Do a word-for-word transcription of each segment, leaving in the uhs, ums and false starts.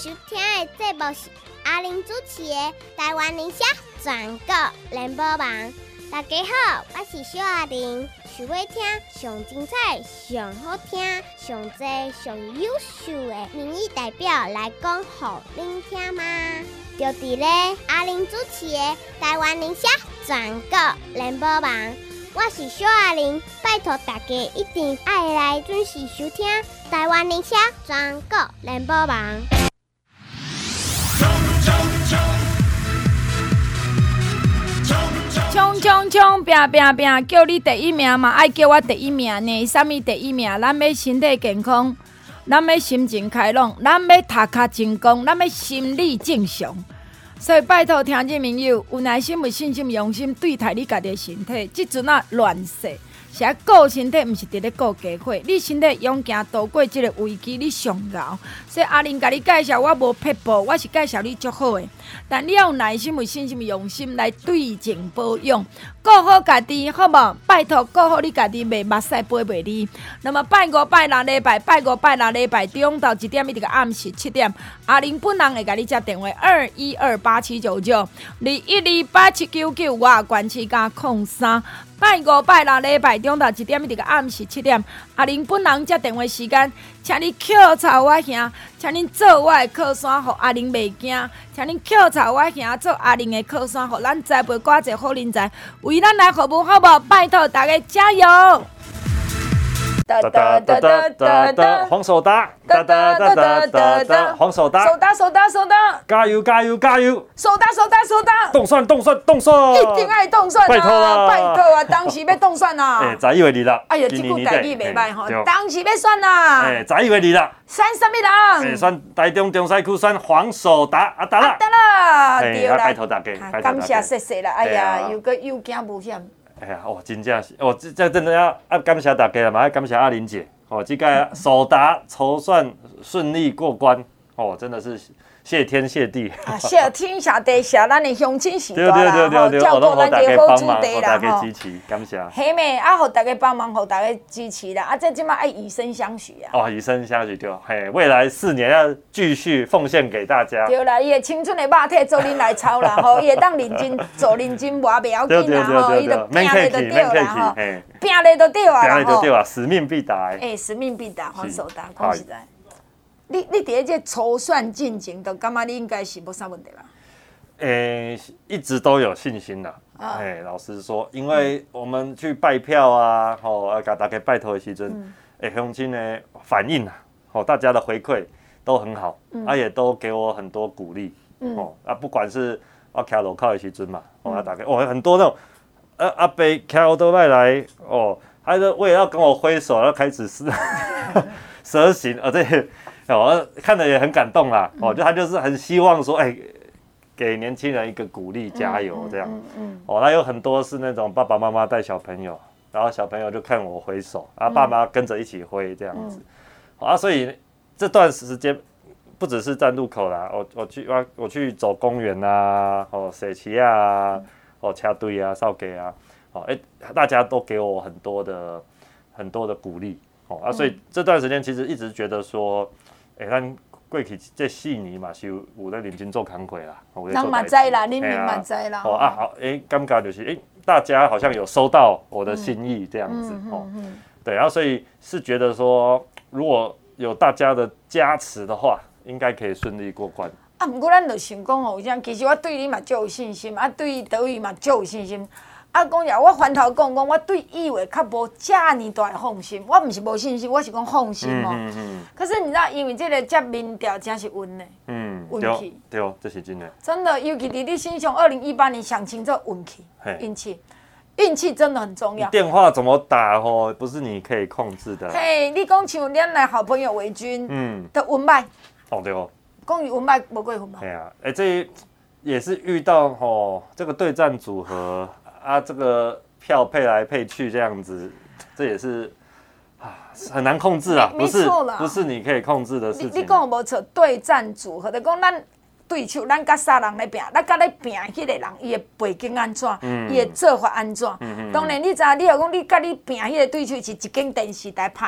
收听的节目是阿玲主持的台湾宁夏全国联播网。大家好，我是小阿玲，想要听上精彩、上好听、上多、上优秀的民意代表来讲给您听吗？就伫咧阿玲主持的台湾宁夏全国联播网。我是小阿玲，拜托大家一定爱来准时收听台湾宁夏全国联播网。 冲冲冲，拼拼拼，叫你第一名嘛，爱叫我第一名呢？啥物第一名？咱要身体健康，咱要心情开朗，咱要头壳成功，咱要心理正常。所以拜托听众朋友，有耐心、有信心、用心对待你家己的身体。即阵啊乱世，是啊顾身体，毋是伫咧顾家伙。你身体勇行度过即个危机，你上熬。所以阿玲甲你介绍，我无撇步，我是介绍你足好的。但你要有耐心、有信心、用心来对症保养，顾好家己，好无？拜托顾好你家己，袂目屎飞袂离。那么拜五、拜六礼拜，拜五、拜六礼拜中昼一点一直到暗时七点，阿玲本人会甲你接电话二一二八七九九二一二八七九九，我关市加空三。拜五、拜六礼拜中昼一点一直到暗时七点，阿玲本人接电话时间，请你扣操我兄，请你做我的靠山，互阿玲袂惊，请你扣操我兄做阿玲的靠山，互咱栽培寡一好人才，为咱来服务，好无？拜托大家加油！ 哒哒哒哒哒哒，黄手达，哒哒哒哒哒哒，黄手达， 手打手打手打， 加油加油加油！ 手打手打手打， 动算动算动算， 一定爱动算啊！ 拜托啦， 拜托啊！当时要动算啊！ 哎，十一月二啦， 哎呀，这句台语袂歹吼， 对当时要算啊！ 哎，十一月二啦， 选什么人？ 哎，选台中中西区选黄手达阿达啦， 得啦， 哎对啦， 拜托大家，拜托大感谢家， 谢谢啦！哎呀，又个有惊无险。 哎呀，哦，真正是，哦，这这真的要啊感谢大家啦，嘛要感谢阿玲姐，哦，这个手达筹算顺利过关，哦，真的是谢天谢地。 啊，谢天谢地谢咱的乡亲时代啦， 对对对对， 照顾咱的好子弟啦， 大家支持，感谢。 嘿妹，啊，互大家帮忙，互大家支持啦，啊，这即马爱以身相许啊。 哦，以身相许对，嘿，未来四年要继续奉献给大家。 对啦，伊的青春的肉体做恁来操啦，吼，伊会当认真做认真，活袂要紧啦，吼，伊就拼咧就对啦，吼，拼咧就对啊啦， 吼，拼咧就对啊，使命必达。 哎，使命必达，黄守达，讲实在。你你伫这筹算进程，就感觉你应该是无啥问题吧？ 诶、欸，一直都有信心啦。哎、啊欸，老实说，因为我们去拜票啊，吼、喔，甲大家拜托的时阵，诶、嗯，乡亲的反应啊，吼、喔，大家的回馈都很好，嗯、啊，也都给我很多鼓励，嗯，哦、喔，啊，不管是我徛路口的时阵嘛，哦、喔，啊，大家，哦，很多那种，呃，阿伯徛都来来，哦、喔，他就为了要跟我挥手，要开始是蛇形，呃，这。哦，看得也很感动啦。哦，就他就是很希望说，哎、欸，给年轻人一个鼓励，加油这样。嗯嗯。哦，那有很多是那种爸爸妈妈带小朋友，然后小朋友就看我挥手，然后爸妈跟着一起挥这样子。啊，所以这段时间不只是站路口啦，我我去我我去走公园啊，哦，社区啊，哦，车队啊，扫街啊，哦，哎、欸，大家都给我很多的很多的鼓励。哦啊，所以这段时间其实一直觉得说。哎、欸，咱过去这四年嘛是有有咧认真做工课啦， 人嘛知啦，人民嘛知啦。 哦啊好，哎、欸，感觉就是哎、欸，大家好像有收到我的心意这样子、嗯、哦、嗯嗯，对，然后所以是觉得说，如果有大家的加持的话，应该可以顺利过关。 啊，不过咱就想讲哦，像其实我对你嘛就有信心，啊，对德语嘛就有信心。啊，讲呀，我翻头讲讲，我对意话较无遮尔大的放心。我毋是无信心，我是讲放心哦。嗯嗯嗯、可是你知道，因为这个接民调真是运的，嗯，运气。 对哦，这是真的。 真的，尤其伫你身上，二零一八年想清楚运气，运气，运气真的很重要。 电话怎么打吼，不是你可以控制的。 嘿，你讲像咱来好朋友维军，嗯，的运歹。 哦对哦。 讲伊运歹无过分嘛？ 对啊，哎，这也是遇到吼这个对战组合。啊，这个票配来配去这样子，这也是啊很难控制啊，不是不是你可以控制的事情。 你讲无错，对战组合的讲咱对手，咱甲啥人咧拼，咱甲咧拼迄个人，伊的背景安怎，伊的做法安怎？当然，你知影，你若讲你甲你拼迄个对手是一间电视台拍，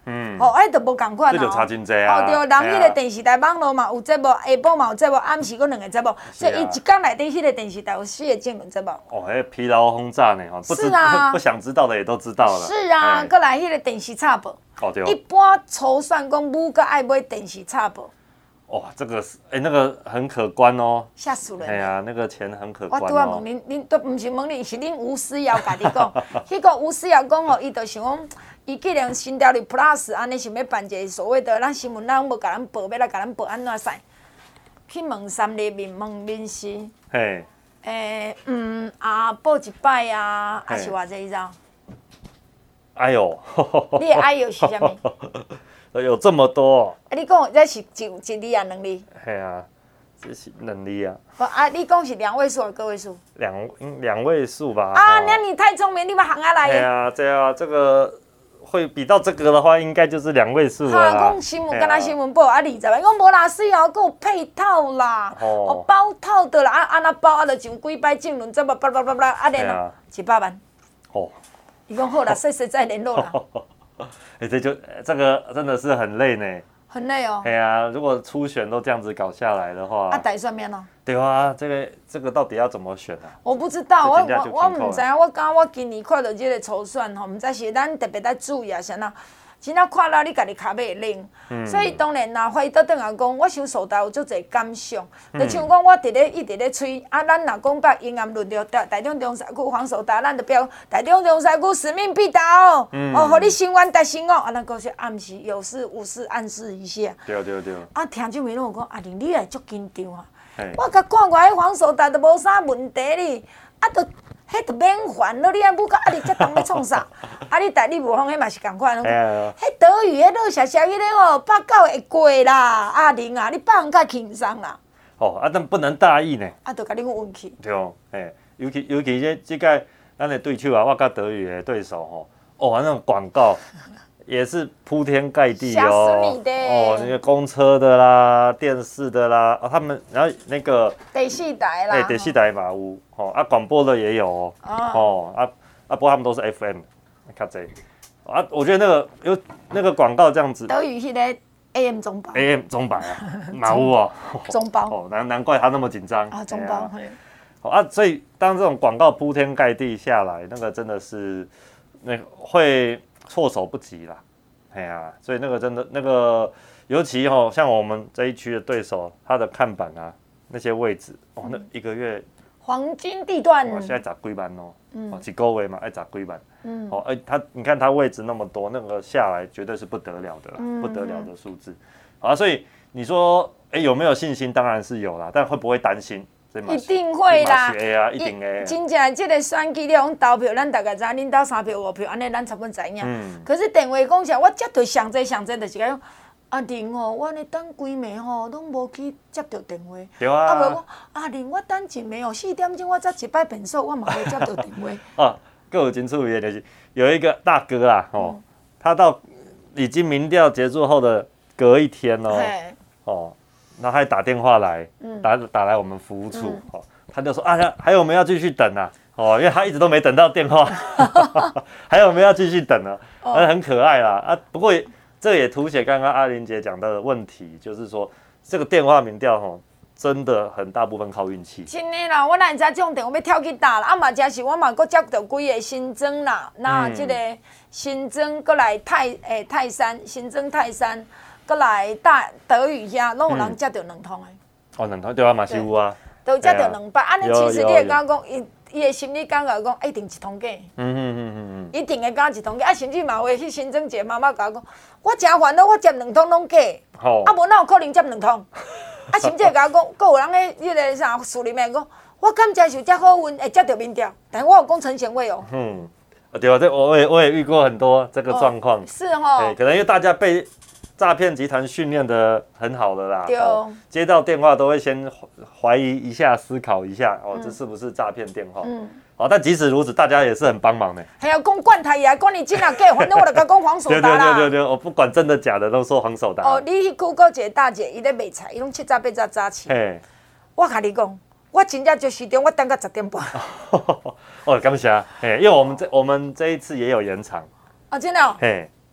嗯，哦，哎，都无共款哦，这就差真济啊。 哦，对，人迄个电视台网络嘛有节目，下晡嘛有节目，暗时佫两个节目，所以伊一天内底迄个电视台有四个新闻节目。 哦，迄疲劳轰炸呢，哦， 是啊， 不想知道的也都知道了。 是啊，佫来迄个电视插报。哦，对。一般筹算讲母佫爱买电视插报。 哇，这个是哎、欸，那个很可观哦， 吓死人！ 哎呀，那个钱很可观哦。 我拄仔问恁，恁都唔是问你，是恁吴思瑶家己讲。迄个吴思瑶讲哦，伊就想讲，伊既然新条例 Plus 安尼想要办一个所谓的咱新闻，咱无甲咱报，要来甲咱报安怎使？去问三立面，问民视。嘿。诶、欸，嗯啊，报一摆啊，还是偌济张？ 哎呦！ 你的哎呦是啥物？ 有这么多、哦？ 啊，你讲这是一一字啊，两字？ 系啊，这是两字啊。 啊，你讲是两位数还是个位数？ 两两位数吧。 啊，那你太聪明，你把行下来。 对啊，这啊，这个会比到这个的话，应该就是两位数了啦。 哈，讲新闻，敢若新闻报啊，二十万，我无啦，水哦，还有配套啦，哦，包套的啦，啊，安那包啊，就上几摆政论节目，叭叭叭叭，啊，连哦，一百万。哦。伊讲好啦，细细再联络啦。 哎、欸，这就这个真的是很累呢， 很累哦。 哎呀、啊，如果初选都这样子搞下来的话， 啊，大选面咯。 对啊，这个这个到底要怎么选啊？ 我不知道，我我我唔知影，我感觉我今年看到这个筹算吼，唔知是咱特别在注意啊，啥呐？真正看了你家己脚尾会冷，嗯、所以当然啦，回倒转来讲，我想所大有足侪感想。嗯、就像讲，我伫咧一直咧吹，啊，咱若讲到阴暗论调，台中中山区黄守达，咱就标台中中山区使命必达哦，嗯、哦，互你心愿达成哦，啊，咱讲是暗示有事无事暗示一下。 对对对。 啊，听众朋友有讲，阿玲你也足紧张啊！我甲看过迄黄守达都无啥问题哩，啊，都。迄都免烦咯，你啊母甲啊你遮当要创啥？啊你台你无方迄嘛是共款咯。迄岛屿迄落小小迄个吼，百九会过啦，阿玲啊，你百分较轻松啦。 哦，啊但不能大意呢。 啊，就甲你讲运气。 对哦，诶，尤其尤其这这个咱的对手啊，我甲德语的对手吼，哦，那种广告也是铺天盖地哦。吓死你的！ 哦，那个公车的啦，电视的啦，哦，他们然后那个。 第四台啦。 哎，第四台嘛有。哦啊，广播的也有哦，哦啊啊，不过他们都是 F M， 看这啊，我觉得那个有那个广告这样子， 德语迄个 A M 中包 ，A M 中白啊，马屋哦， 中包哦，难难怪他那么紧张啊，中包， 好啊，所以当这种广告铺天盖地下来，那个真的是那会措手不及啦，哎呀，所以那个真的那个，尤其哦，像我们这一区的对手，他的看板啊，那些位置哦，那一个月。 黄金地段， 我现在砸几万哦，哦，几个月嘛，爱砸几万，嗯，哦，哎，他你看他位置那么多，那个下来绝对是不得了的啦，嗯、不得了的数字，啊，所以你说，哎，有没有信心？当然是有啦，但会不会担心？ 一定会啦， 会啊，一定的。 真正这个选举，你讲投票，咱大概知，恁投三票五票，安尼咱差不多知影。嗯。可是电话讲啥，我接到上济上济，就是讲。阿玲吼，我咧等几暝吼，拢无去接到电话。 对啊。 啊，无我阿玲，我等一暝哦，四点钟我才一摆便所，我嘛无接到电话。 哦，更有真趣味的就是有一个大哥啦，哦，嗯、他到已经民调结束后的隔一天哦，哦，然后还打电话来，嗯、打打来我们服务处，嗯、哦，他就说啊，还有我们要继续等啊，哦，因为他一直都没等到电话，还有我们要继续等啊，哦、很可爱啦啊，不过。这也凸显刚刚阿玲姐讲到的问题，就是说这个电话民调吼，真的很大部分靠运气。 真的啦，我哪会知这种电话要跳去打啦？啊嘛，真是我嘛，搁接到几个新增啦，那这个新增过来泰诶泰山，新增泰山，过来大德语遐，拢有人接到两通的。 哦，两通对啊，嘛是有啊。 都接到两百，安尼其实你会感觉讲，伊伊的心理感觉讲，一定一通假。嗯嗯嗯嗯一定会讲一通假，啊，甚至嘛会去新增一个妈妈甲我讲，我真烦恼，我接两通拢假，啊，无哪有可能接两通？啊，甚至会甲我讲，阁有人咧，迄个啥树林面讲，我敢接受遮好运，会接到民调，但是我有讲陈贤惠哦。嗯， 对啊，这我也我也遇过很多这个状况。哦、 是哈、哦。 对，可能因为大家被。诈骗集团训练的很好的啦，哦、接到电话都会先怀疑一下、思考一下，哦，嗯、这是不是诈骗电话？嗯，哦，但即使如此，大家也是很帮忙的。 还要讲罐台也管你真啊假，反正我就甲讲黄守达啦。 对对对对，我不管真的假的，都说黄守达。 哦，你去 Google 一个大姐，伊咧卖菜，伊拢七早八早早起。嘿，我甲你讲，我真正就时钟，我等到十点半。 哦，感谢，嘿，因为我们这我们这一次也有延长。 哦，真的哦。 嘿。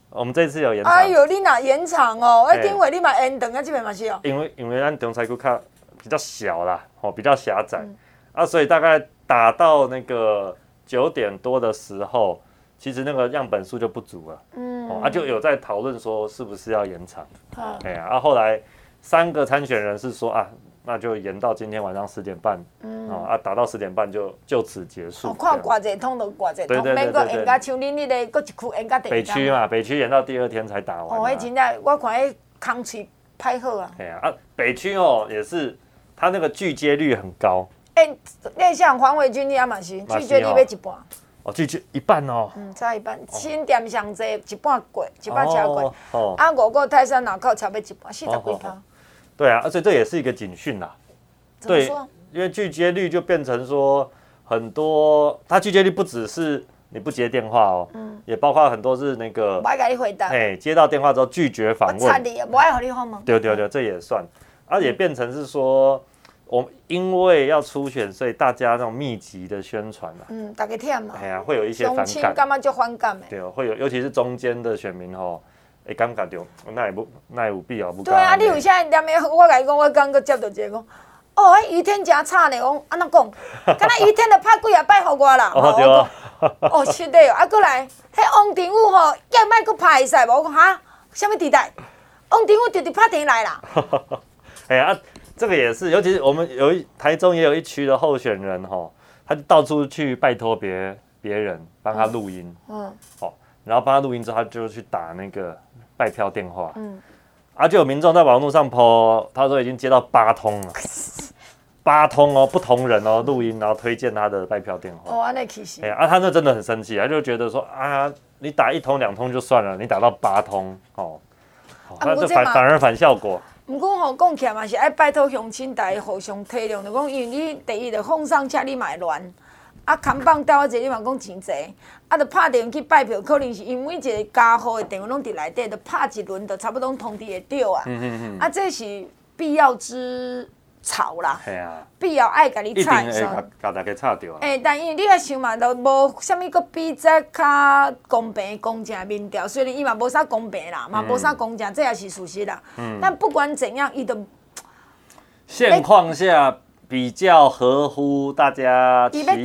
我们这次有延长。 哎呦，你哪延长哦？哎，因为你嘛延长啊，这边嘛是哦。 因为因为咱中菜区较比较小啦，哦，比较狭窄、嗯、啊，所以大概打到那个九点多的时候，其实那个样本数就不足了。嗯，哦，啊，就有在讨论说是不是要延长。嗯，哎呀，啊，后来三个参选人是说啊。那就延到今天晚上十点半，嗯，哦啊，打到十点半就就此结束。 哦，看挂一通就挂一通，免阁延甲像恁迄个各一区延甲第二北区嘛，北区延到第二天才打完。 哦，迄真正我看迄空喙歹好啊。 对啊，啊，北区哦也是，它那个拒接率很高。 哎、欸，那像黄伟君你也嘛是拒接率要一半。 哦，拒接一半哦。 嗯，差一半。新店上济一半过，一半超过。哦。啊，五个泰山路口差不多一半，四十几趴。 对啊，而且这也是一个警讯啦。 对， 因为拒接率就变成说很多，它拒接率不只是你不接电话哦，嗯、也包括很多是那个， 不爱给你回答， 哎，接到电话之后拒绝访问， 我插你，不爱和你访问。 对对对，这也算，啊，也变成是说，我们因为要初选，所以大家那种密集的宣传啊， 嗯，大家听嘛， 哎呀，会有一些反感， 干嘛就反感的？ 对，会有，尤其是中间的选民吼。会感觉到，那也不，那也有必要不？ 对啊，你有啥念的？我甲你讲，我刚刚接到一个讲，哦，迄余天真差呢，讲安怎讲？敢若余天就拍几啊摆互我啦。 哦对啊。 哦，是的哦，啊，过来，迄王定武吼，叫莫搁拍会使无？我讲哈，什么地带？王定武直直拍电来啦。 哎呀、啊，这个也是，尤其是我们有一台中也有一区的候选人吼，他就到处去拜托别别人帮他录音，嗯，哦，然后帮他录音之后，他就去打那个。拜票电话，嗯，啊，就有民众在网络上 po， 他说已经接到八通了，八通哦，不同人哦，录音，然后推荐他的拜票电话。 哦，安尼其实， 哎、欸，啊，他那真的很生气，他就觉得说啊，你打一通两通就算了，你打到八通，哦，他就反反而反效果。 不过吼，讲起来嘛是爱拜托乡亲大家互相体谅，就讲因为你第一就放上车你买乱。啊，扛棒掉啊！这你嘛讲真济，啊，就拍电话去拜票，可能是因为一个家户的电话拢伫内底，就拍一轮，就差不多通知会到啊。嗯嗯嗯。啊，这是必要之草啦。系啊。必要爱甲你插。 一定会甲大家插掉啊。 诶、欸，但因为你要想嘛，就无啥物个比这较公平公正民调，虽然伊嘛无啥公平啦，嘛无啥公正，这也是事实啦。嗯。但不管怎样，伊都现况下。比较合乎大家期待的，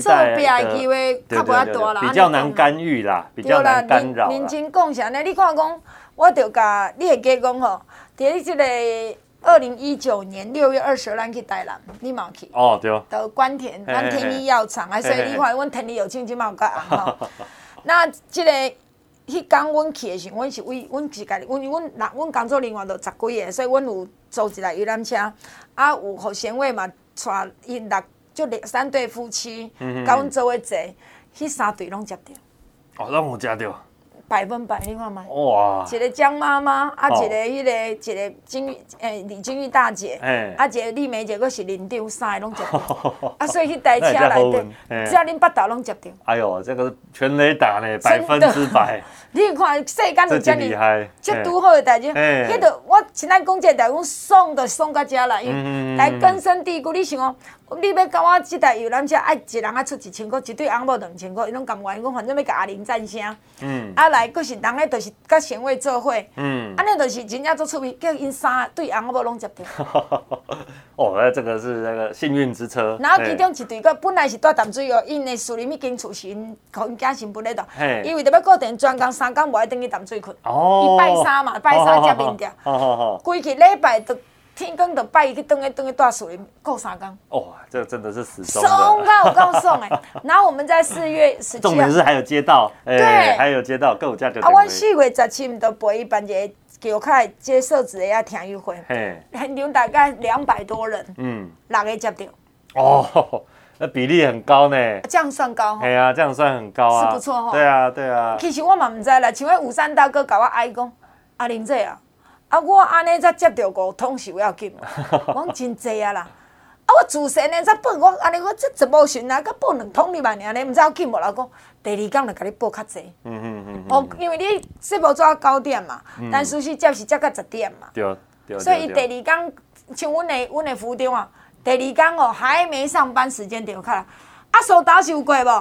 比较难干预啦，比较难干扰啦。 认真讲是安尼，你看讲，我就甲你会记讲吼，伫咧即个二零一九年六月二十，咱去台南，你嘛去？ 哦，对。 到关田，咱天意药厂，啊，所以你看，阮天意药厂即嘛有甲红吼。那即个迄天阮去的时候，阮是为阮是家己，阮阮人阮工作人员就十几个，所以阮有租一台游览车，啊，有互贤惠嘛。带因六就三对夫妻，甲阮做伙坐，迄三对拢接着。 哦，拢有接着。 百分百，你看嘛。 哇！ 一个江妈妈，啊，一个迄个，一个金玉，诶，李金玉大姐，啊，一个李梅姐，佫是林长，三个拢接着。啊，所以迄台车内底，只要恁八达拢接着。 哎呦，这个全雷打呢，百分之百。 你看世间有遮尔，遮拄好的代志，迄个我现在讲这个代，阮爽就爽到遮啦，因为来根深蒂固。你想哦，你要甲我即台游览车，爱一人爱出一千块，一对翁某两千块，伊拢甘愿，讲反正要甲阿玲赞声。嗯。啊来，佫是人咧，就是甲贤惠做伙。嗯。安尼就是真正做趣味，叫因三对翁某拢接着。 哦，那这个是那个幸运之车。 然后其中一对个本来是住淡水哦，因的树林已经厝是因，互因囝新妇咧度，因为特别固定专工三工无爱等去淡水困。哦。伊拜三嘛，拜三接面条。好好好。规个礼拜都天光就拜伊去等去等去住树林，过三工。 哦，这个真的是死爽。 爽到有够爽哎！然后我们在四月十七号。 重点是还有街道，对，还有街道，够有价值。 啊，我四月十七就陪伊办一个。叫开接受子的遐听友会，现场大概两百多人，嗯，六个接到。 哦，那比例很高呢。 这样算高哈？ 对啊，这样算很高啊， 是不错哈。 对啊，对啊。 其实我嘛唔知啦，像迄吴三大哥甲我哀讲，阿玲姐啊，啊我安尼才接到五通是有要紧，我讲真济啊啦。啊，我自身呢才报我安尼，我这一无旬啊，才报两通哩嘛，尔呢，唔知要紧无啦讲。第二天就甲你报较济。嗯嗯嗯。哦，因为你节目做到九点嘛，但事实接是接到十点嘛。 对对。 所以伊第二天，像阮的阮的副长啊，第二天哦还没上班时间就开，啊，苏打是有过无？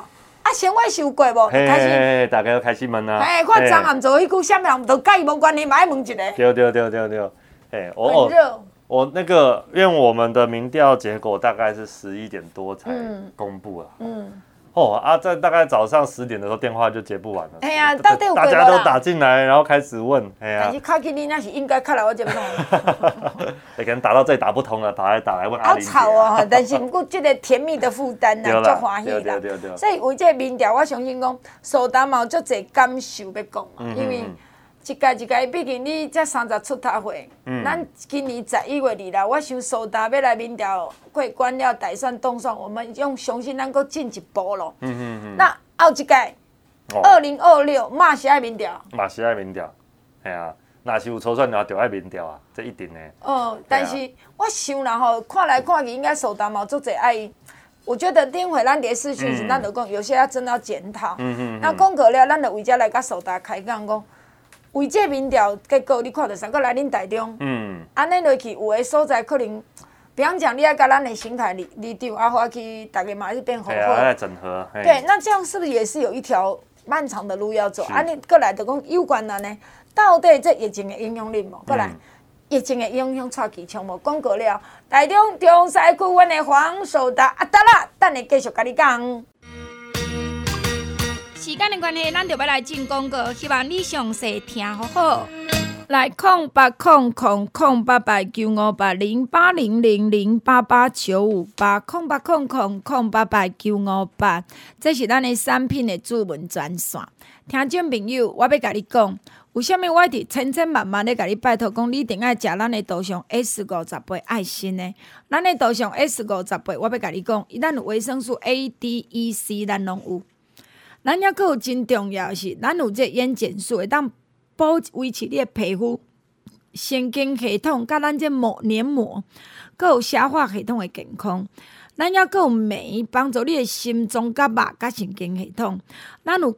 啊，生活受过无？开始， 大家都开始问啊。 哎，我昨暗做迄句，啥物人都甲伊无关系，嘛爱问一个。 对对对对对，哎，我我那个，因为我们的民调结果大概是十一点多才公布啊。嗯。哦啊，在大概早上十点的时候，电话就接不完了。 哎呀，到底有大家都打进来，然后开始问。哎呀， 但是卡起你那是应该卡来我这边。 可能打到这里打不通了，打来打来问阿玲姐。 好吵哦，但是不过这个甜蜜的负担呐，足欢喜啦。 对对对。 所以为这个民调，我相信讲，苏丹嘛有足侪感受要讲嘛，因为一届一届，毕竟你才三十出头岁，咱今年十一月二啦，我想苏丹要来民调过关了，大选当选，我们用相信咱搁进一步咯。嗯嗯嗯。那后一届，二零二六嘛是爱民调。 嘛是爱民调，系啊。若是有初选了，就爱民调啊，这一定的。 哦，但是我想啦吼，看来看去，应该苏丹嘛做侪爱。我觉得顶回咱伫视讯时，咱就讲有些要真的要检讨。嗯嗯。那讲过了，咱就为遮来甲苏丹开讲讲。为这民调结果，你看到啥？搁来恁台中，嗯，安尼落去，有个所在可能，比方讲，你爱甲咱的新台里里长阿华去，大家嘛是变合伙， 来整合。 对，那这样是不是也是有一条漫长的路要走？安尼过来就讲有关了呢？到底这疫情的影响力无？过来，疫情的影响带气枪无？讲过了，台中中西区阮的黄守达啊，得啦，等下继续甲你讲。时间的关系，咱就要来进广告，希望你详细听好好。来，空八空空空八八九五八零八零零零八八九五八，空八空空空八八九五八，这是咱的产品的主文专线。听众朋友，我要甲你讲，为什么我伫千千万万咧甲你拜托讲，你一定爱食咱的豆上 S 五十八爱心呢？咱的豆上 S 五十八，我要甲你讲，咱有维生素 A、D、E、C， 咱拢有。咱还佫有真重要的是，咱有这眼睑素会当保维持你的皮肤、神经系统，甲咱这膜黏膜，佫有消化系统的健康。咱还佫有镁，帮助你的心脏、甲肉、甲神经系统。咱有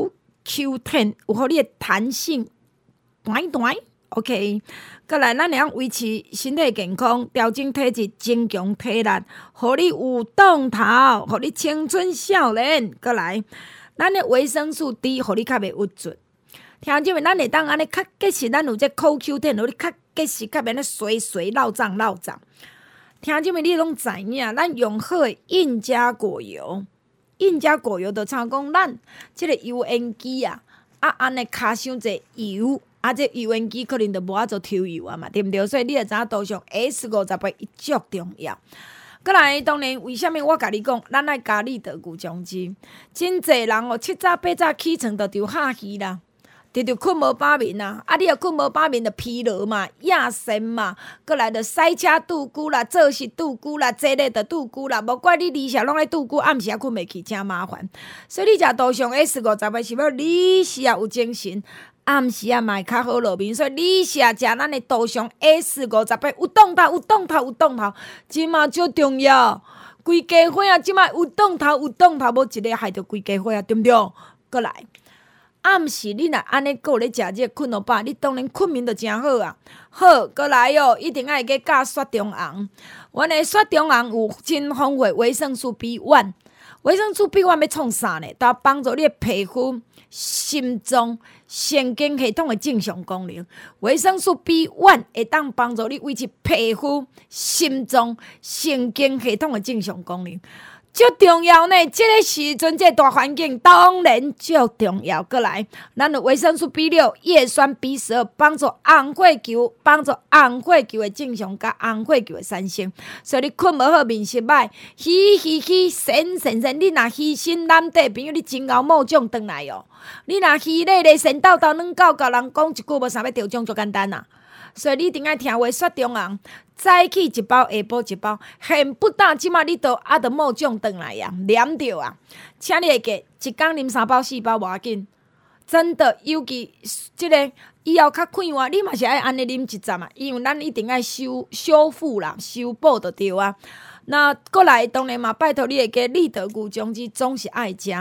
Q 十， 有互你的弹性，短短 OK。佮来，咱会晓维持身体健康，调整体质，增强体力，互你有动头，互你青春少年。佮来。咱的维生素 D， 互你较袂郁卒。听众们，咱会当安尼较结实，咱有这 Q 十， 互你较结实，较免咧水水落胀落胀。听众们，你拢知影，咱用好的印加果油，印加果油就像讲咱即个油烟机啊，啊安尼卡伤侪油，啊这油烟机可能就无法做抽油啊嘛，对毋对？所以你会知影豆上 S 五十八一足重要。过来，当然，为什么我甲你讲，咱爱加利得牛浆汁？真侪人哦，七早八早起床就着哈气啦，就着困无饱眠啦。啊，你若困无饱眠，就疲劳嘛，亚神嘛。过来就塞车拄久啦，做事拄久啦，坐咧就拄久啦。无怪你二下拢咧拄久，暗时也困袂去，真麻烦。所以你食豆上 S 五十八是要你时也有精神。暗时啊，嘛会较好落眠，所以你是啊，食咱的豆上 S 五十八，有动头，有动头，有动头，即嘛最重要。规家伙啊，即嘛有动头，有动头，无一个害着规家伙啊，对毋对？过来，暗时你若安尼过咧食这困落饱，你当然困眠就真好啊。好，过来哦，一定爱加加雪中红。阮的雪中红有真丰富维生素 B 一， 维生素 B 一 要创啥呢？它帮助你的皮肤、心脏、神经系统的正常功能。维生素 B 一 会当帮助你维持皮肤、心脏、神经系统的正常功能。最重要呢，这个时阵这大环境当然最重要。过来，咱有维生素 B 六、叶酸 B 十二，帮助红血球，帮助红血球的正常甲红血球的产生。所以你困无好，面色歹，嘻嘻嘻，神神神，你若虚心难得，朋友你真熬某种转来哦。你若虚咧咧，神叨叨软狗狗，人讲一句无啥要调种，就简单啦。所以你一定要听话，雪中红，早起一包，下晡一包，恨不得即马你都啊着某种转来呀，黏着啊！请你会记，一工啉三包四包无要紧，真的，尤其即个以后较快活，你嘛是爱安尼啉一站啊，因为咱一定爱修修复啦，修补就对啊。那过来当然嘛，拜托你会记，立德牛浆汁总是爱食。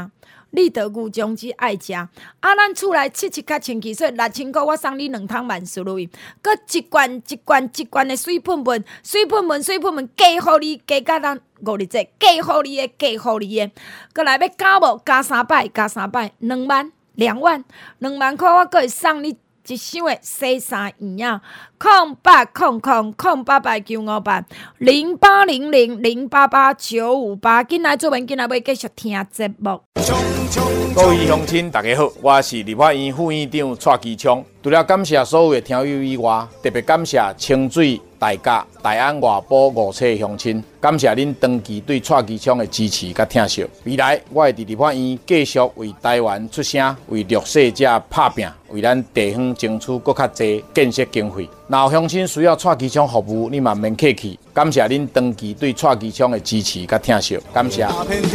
你得牛种子爱食。啊，咱厝内七七较清气，所以六千块我送你两桶万事如意，佮一罐一罐一罐的水喷喷，水喷喷水喷喷，加互你加甲咱五日节，加互你的加互你的，佮来要加无加三百加三百，两万两万两万块，我佮会送你一箱的洗衫液啊，空八空空空八八九五八零八零零零八八九五八，紧来做文，紧来要继续听节目。 各位乡亲，大家好，我是立法院副院长蔡其昌。除了感谢所有的听友以外，特别感谢清水、大甲、大安外埔五处的乡亲，感谢恁长期对蔡其昌的支持甲疼惜。未来我会伫立法院继续为台湾出声，为弱势者拍拼，为咱地方争取更较侪建设经费。若有乡亲需要蔡其昌服务，你嘛免客气。感谢恁长期对蔡其昌的支持甲疼惜，感谢。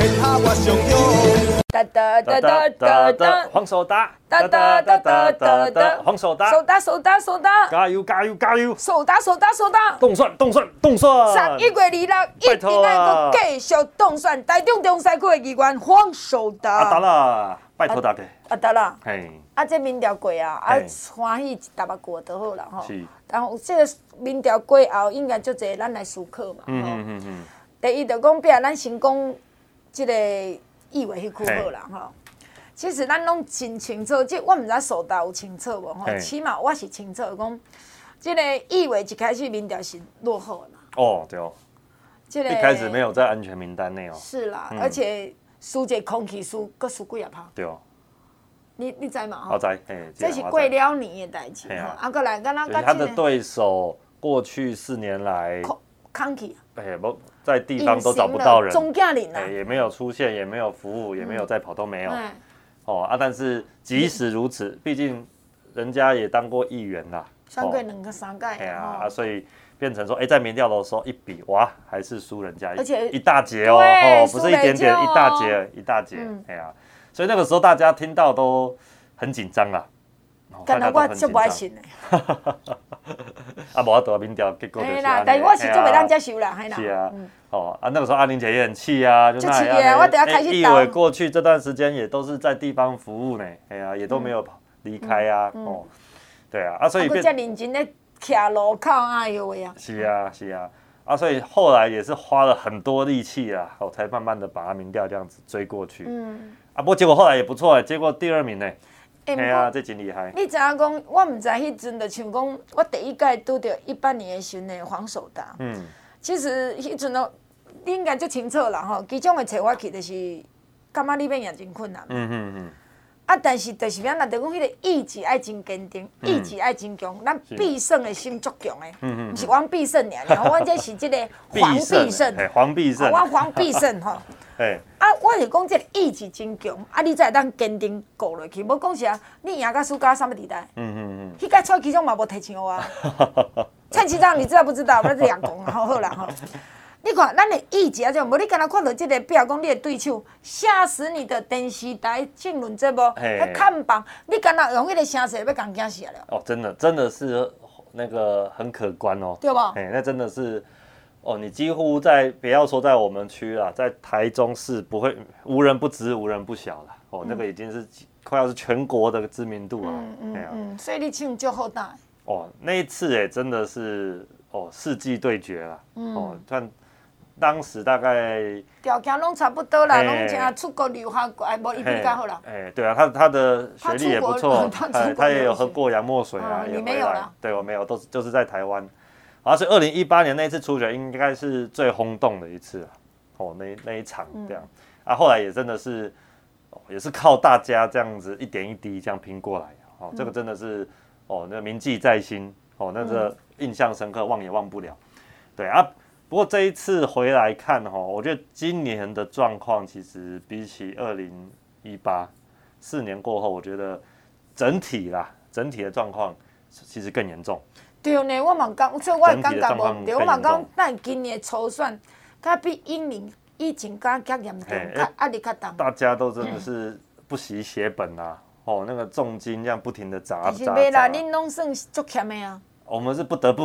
哒哒哒哒哒哒， 黄手打， 哒哒哒哒哒哒， 黄手打， 手打手打手打， 加油加油加油！ 手打手打手打， 动算动算动算！ 十一月二六，一定要继续动算。台中中西区的议员黄守达， 啊，得啦，拜托大家。 啊，得啦。 嘿， 啊，这民调过啊，啊，欢喜一搭目过就好啦吼。 是。 然后这个民调过后，应该足侪咱来思考嘛。 嗯嗯嗯嗯。 第一就讲，比如咱先讲这个议会迄区好啦吼。其实咱拢真清楚，即我毋知手达有清楚无吼，起码我是清楚讲，即个议会一开始民调是落后的嘛。 哦，对哦。 这个一开始没有在安全名单内哦。 是啦，嗯、而且输一个空气输，搁输几啊趴。 对哦。 你你知嘛？ 我知，嘿， 这是过了年的代志吼，啊，过来，敢若就是他的对手过去四年来， 空气， 哎，不在地方都找不到人， 钟嘉玲啊， 也没有出现，也没有服务，也没有在跑，都没有。哦啊，但是即使如此，毕竟人家也当过议员啦， 选过两个三届， 哎呀啊，所以变成说，哎，在民调的时候一比，哇，还是输人家， 而且一大截哦，哦，不是一点点，一大截，一大截，哎呀，所以那个时候大家听到都很紧张啦。 干那我足不爱信的。 啊，无法度民调结果就是。 嘿啦，但是我是足袂当接受啦，嘿啦。 是啊，哦啊，那个时候阿玲姐也很气啊，就气啊，我等下开始议委过去这段时间也都是在地方服务呢，哎呀，也都没有离开啊，哦，对啊，啊所以变。 这认真咧徛路口，哎呦喂啊！ 是啊，是啊，啊所以后来也是花了很多力气啊，我才慢慢的把他民调这样子追过去。嗯。啊，不过结果后来也不错，结果第二名呢。哎呀，这真厉害！ 你知影讲，我唔知迄阵就像讲，我第一届拄着一八年的时的黄守达。嗯。其实迄阵哦，你应该足清楚啦吼，其中的找我去就是感觉你要赢真困难。嗯嗯嗯。啊，但是就是安那，就讲迄个意志爱真坚定，意志爱真强，咱必胜的心足强的。嗯嗯。唔是王必胜尔，吼，阮这是这个黄必胜。 黄必胜。 我黄必胜吼。哎。啊，我是讲这个意志真强，啊，你才当坚定过落去。无讲啥，你赢甲输甲什么地带？嗯嗯嗯。迄届蔡其昌嘛无提枪我啊。蔡其昌你知道不知道？我这样讲啊，好好啦吼。你看，咱的意志啊，就无你敢若看到这个，比如讲你的对手吓死你的电视台政论节目，迄看板，你敢若用迄个声势要共惊死了。 哦，真的，真的是那个很可观哦。 对吧？ 哎，那真的是。哦，你几乎在不要说在我们区啦，在台中市不会无人不知、无人不晓啦。哦，嗯、那个已经是快要是全国的知名度了。嗯嗯嗯，所以你唱就好大。 哦，那一次哎，真的是哦世纪对决啦。嗯、哦，算当时大概条件拢差不多啦，拢正出国留学过，哎，无伊比较好啦。 哎，对啊，他他的学历也不错，他他也有喝过洋墨水啊， 嗯、也没有啦。 对，我没有，都是就是在台湾。而是二零一八年那一次初选，应该是最轰动的一次哦，那那一场这样，嗯、啊，后来也真的是，哦、也是靠大家这样子一点一滴这样拼过来，哦，嗯、这个真的是，哦，那铭记在心，哦，那个印象深刻，忘也忘不了，对啊。不过这一次回来看哈，我觉得今年的状况其实比起二零一八四年过后，我觉得整体啦，整体的状况其实更严重。 对呢，我嘛讲，所以我感觉无对，我嘛讲，咱今年初选，较比一年以前更加严重，较压力较大。 大家都真的是不惜血本啊，哦，那个重金这样不停的砸砸。 但是袂啦，恁拢算足欠的啊。 我们是不得不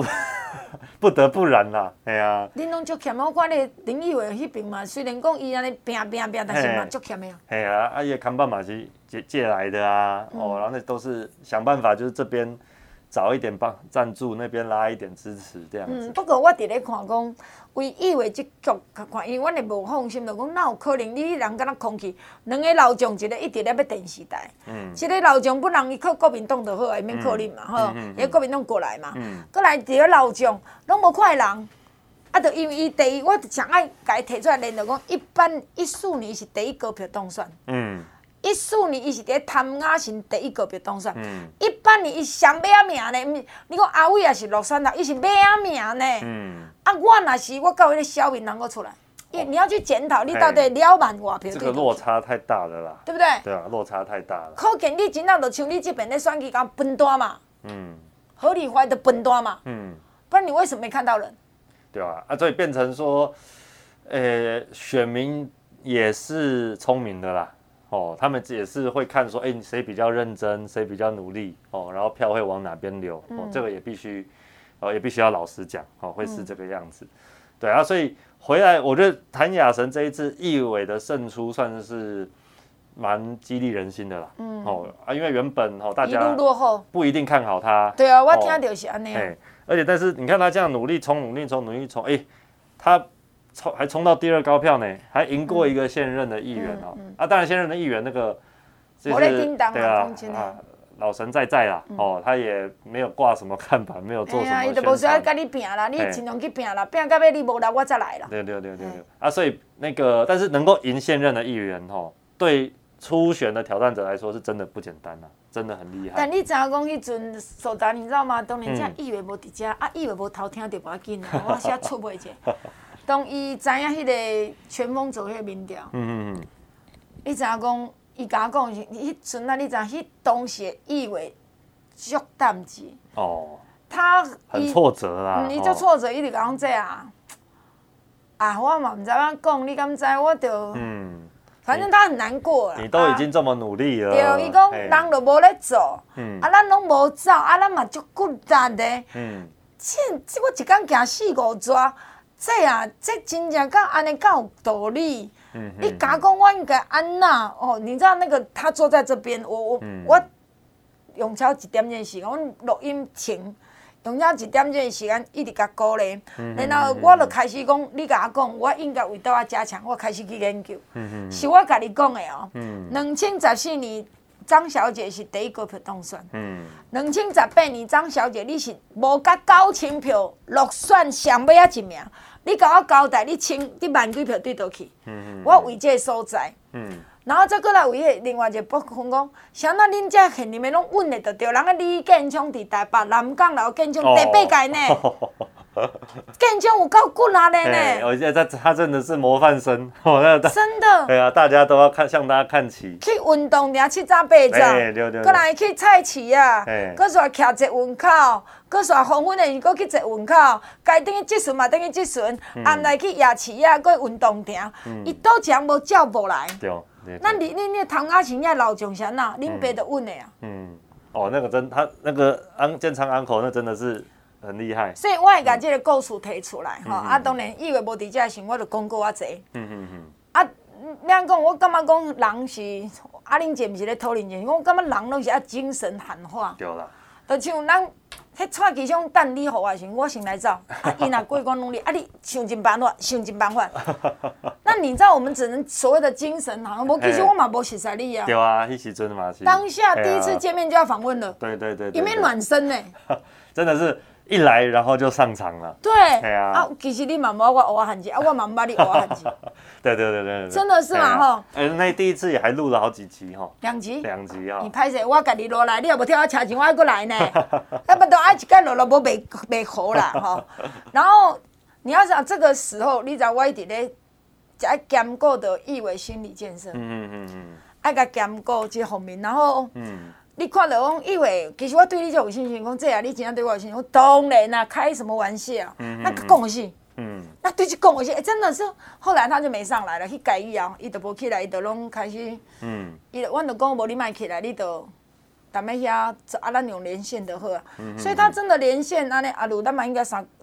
不得不然啦，哎呀。 恁拢足欠，我看你林义伟迄边嘛，虽然讲伊安尼拼拼拼，但是嘛足欠的啊。 哎呀，啊，伊的看板嘛是借借来的啊， 嗯、 哦，然后那都是想办法，就是这边找一点帮赞助，那边拉一点支持这样子。 嗯，不过我伫咧看讲，为以为即局看，因为阮会无放心，就讲哪有可能你人敢若空气，两个老将，一个一直咧要电视台，嗯，一个老将不人伊靠国民党就好，伊免靠恁嘛，吼、嗯，伊、嗯、国民党过来嘛，嗯，过来伫个老将，拢无看人，啊，就因为伊第一，我上爱甲伊提出来练，就讲一般一四年是第一高票当选，嗯。一四年伊是伫贪雅城第一个票当选，嗯、一八年伊上尾仔名呢。你讲阿伟也是落选啦，伊是尾仔名呢。嗯、啊，我若是我到迄个小民人我出来，哦、你要去检讨你到底了万外票。 这个落差太大了啦， 对不对？ 对啊，落差太大了。 可见你真正就像你这边咧选举讲分单嘛，嗯，合理怀的分单嘛，嗯，不然你为什么没看到人？ 对啊，啊，所以变成说，呃，选民也是聪明的啦。哦，他们也是会看说，哎、欸，谁比较认真，谁比较努力，哦，然后票会往哪边流，哦，嗯、这个也必须，哦，也必须要老实讲，哦，会是这个样子，嗯、对啊，所以回来，我觉得谭雅神这一次立委的胜出算是蛮激励人心的啦，嗯，哦啊，因为原本哦大家一路落后， 不一定看好他， 对啊，我听到是安尼啊， 而且但是你看他这样努力冲，努力冲，努力冲，哎、欸，他。冲还冲到第二高票呢，还赢过一个现任的议员哦、嗯嗯、啊，当然现任的议员那个就是对啊啊老神在在啦、嗯、哦，他也没有挂什么看板，没有做什么宣传。哎呀， 伊就无需要跟你拼啦，你尽量去拼啦，拼到尾你无来我再来啦。 对对对对对啊，所以那个但是能够赢现任的议员哦，对初选的挑战者来说是真的不简单啊，真的很厉害。 但你知影讲迄阵所在你知道吗？当然这议员无伫遮，啊议员无偷听就无要紧啦，我先出卖者。当伊知影迄个全峰做迄个民调，嗯嗯嗯，你知影讲，伊甲我讲，迄阵啊，你知影，迄当时的议员足淡志哦，他很挫折啦， 伊足挫折，伊就讲这啊，啊，我嘛唔知怎讲，你敢知？我就嗯，反正他很难过啦。 你都已经这么努力了， 对，伊讲人就无咧做，嗯，啊，咱拢无走，啊，咱嘛足骨力的，嗯，这这我一工行四五抓。这啊，这真正敢安尼敢有道理？嗯、你甲讲我应该安那哦？你知道那个他坐在这边，我我、嗯、我用超一点钟时间，我录音前用超一点钟时间一直甲鼓励，嗯、然后我就开始讲，你甲我讲，我应该为倒啊加强，我开始去研究，嗯、是我甲你讲的哦。两千十四年。张小姐是第一个票当选，嗯，两千十八年张小姐你是无甲九千票落选上尾仔一名，你甲我交代你千你万几票对倒去，嗯、我为这个所在，嗯，然后再过来为迄另外一个部分讲，啥那恁遮现任的拢稳的就对，人个李建昌伫台北南港老建昌第八届呢。建昌有够骨力的呢！ 我觉得他他真的是模范生，哦，那真的。 对啊，大家都要看向大家看齐。 去运动俩七早八早，过来去菜市啊，搁煞徛一运口，搁煞黄昏的时搁去一运口，该等去即巡嘛等去即巡，暗来去夜市啊，搁运动场，伊倒一项无照无来。对。那你你你唐阿晴遐老将啥呐？恁爸就稳的啊。嗯。 哦，那个真他那个安建昌安口那真的是。很厉害， 所以我会把这个故事提出来吼、嗯、啊，当然以为无伫遮时，我就讲过较济。嗯嗯嗯。啊，免讲，我感觉讲人是啊，恁姐毋是咧讨论者，我感觉人拢是啊精神喊话。 对啦。 就像咱迄蔡其昌等你互我时，我先来走。啊，伊若过关努力，啊，你想尽办法，想尽办法。那你知道我们只能所谓的精神喊话，无其实我嘛无熟悉你啊。 对啊，迄时阵嘛是。 当下第一次见面就要访问了。 对对对。 有没有暖身呢？ 真的是。一来，然后就上场了。 对，啊，啊，其实你嘛无我学汉字，啊，我嘛唔捌你学汉字。 对对对对对。 真的是嘛吼？ 哎，那第一次也还录了好几集吼。 两集。 两集啊。 你拍摄我家己落来，你又无跳我车前，我还过来呢。要不都爱一个落落无袂袂好啦吼。然后你要想这个时候，你知道我一直咧在兼顾的意为心理建设。嗯嗯嗯嗯。爱甲兼顾这方面，然后。嗯。你看到讲，以为其实我对你就有信心，讲这啊，你真正对我有信心。我当然啦、啊，开什么玩笑？嗯、那讲的是，嗯，那对这讲的是，哎、欸，真的是。后来他就没上来了，去改以后，伊就无起来，伊就拢开始，嗯，伊，我就讲无你莫起来，你就，踮咧遐，啊，咱用连线就好啊。嗯、所以他真的连线，安尼啊，如咱嘛应该三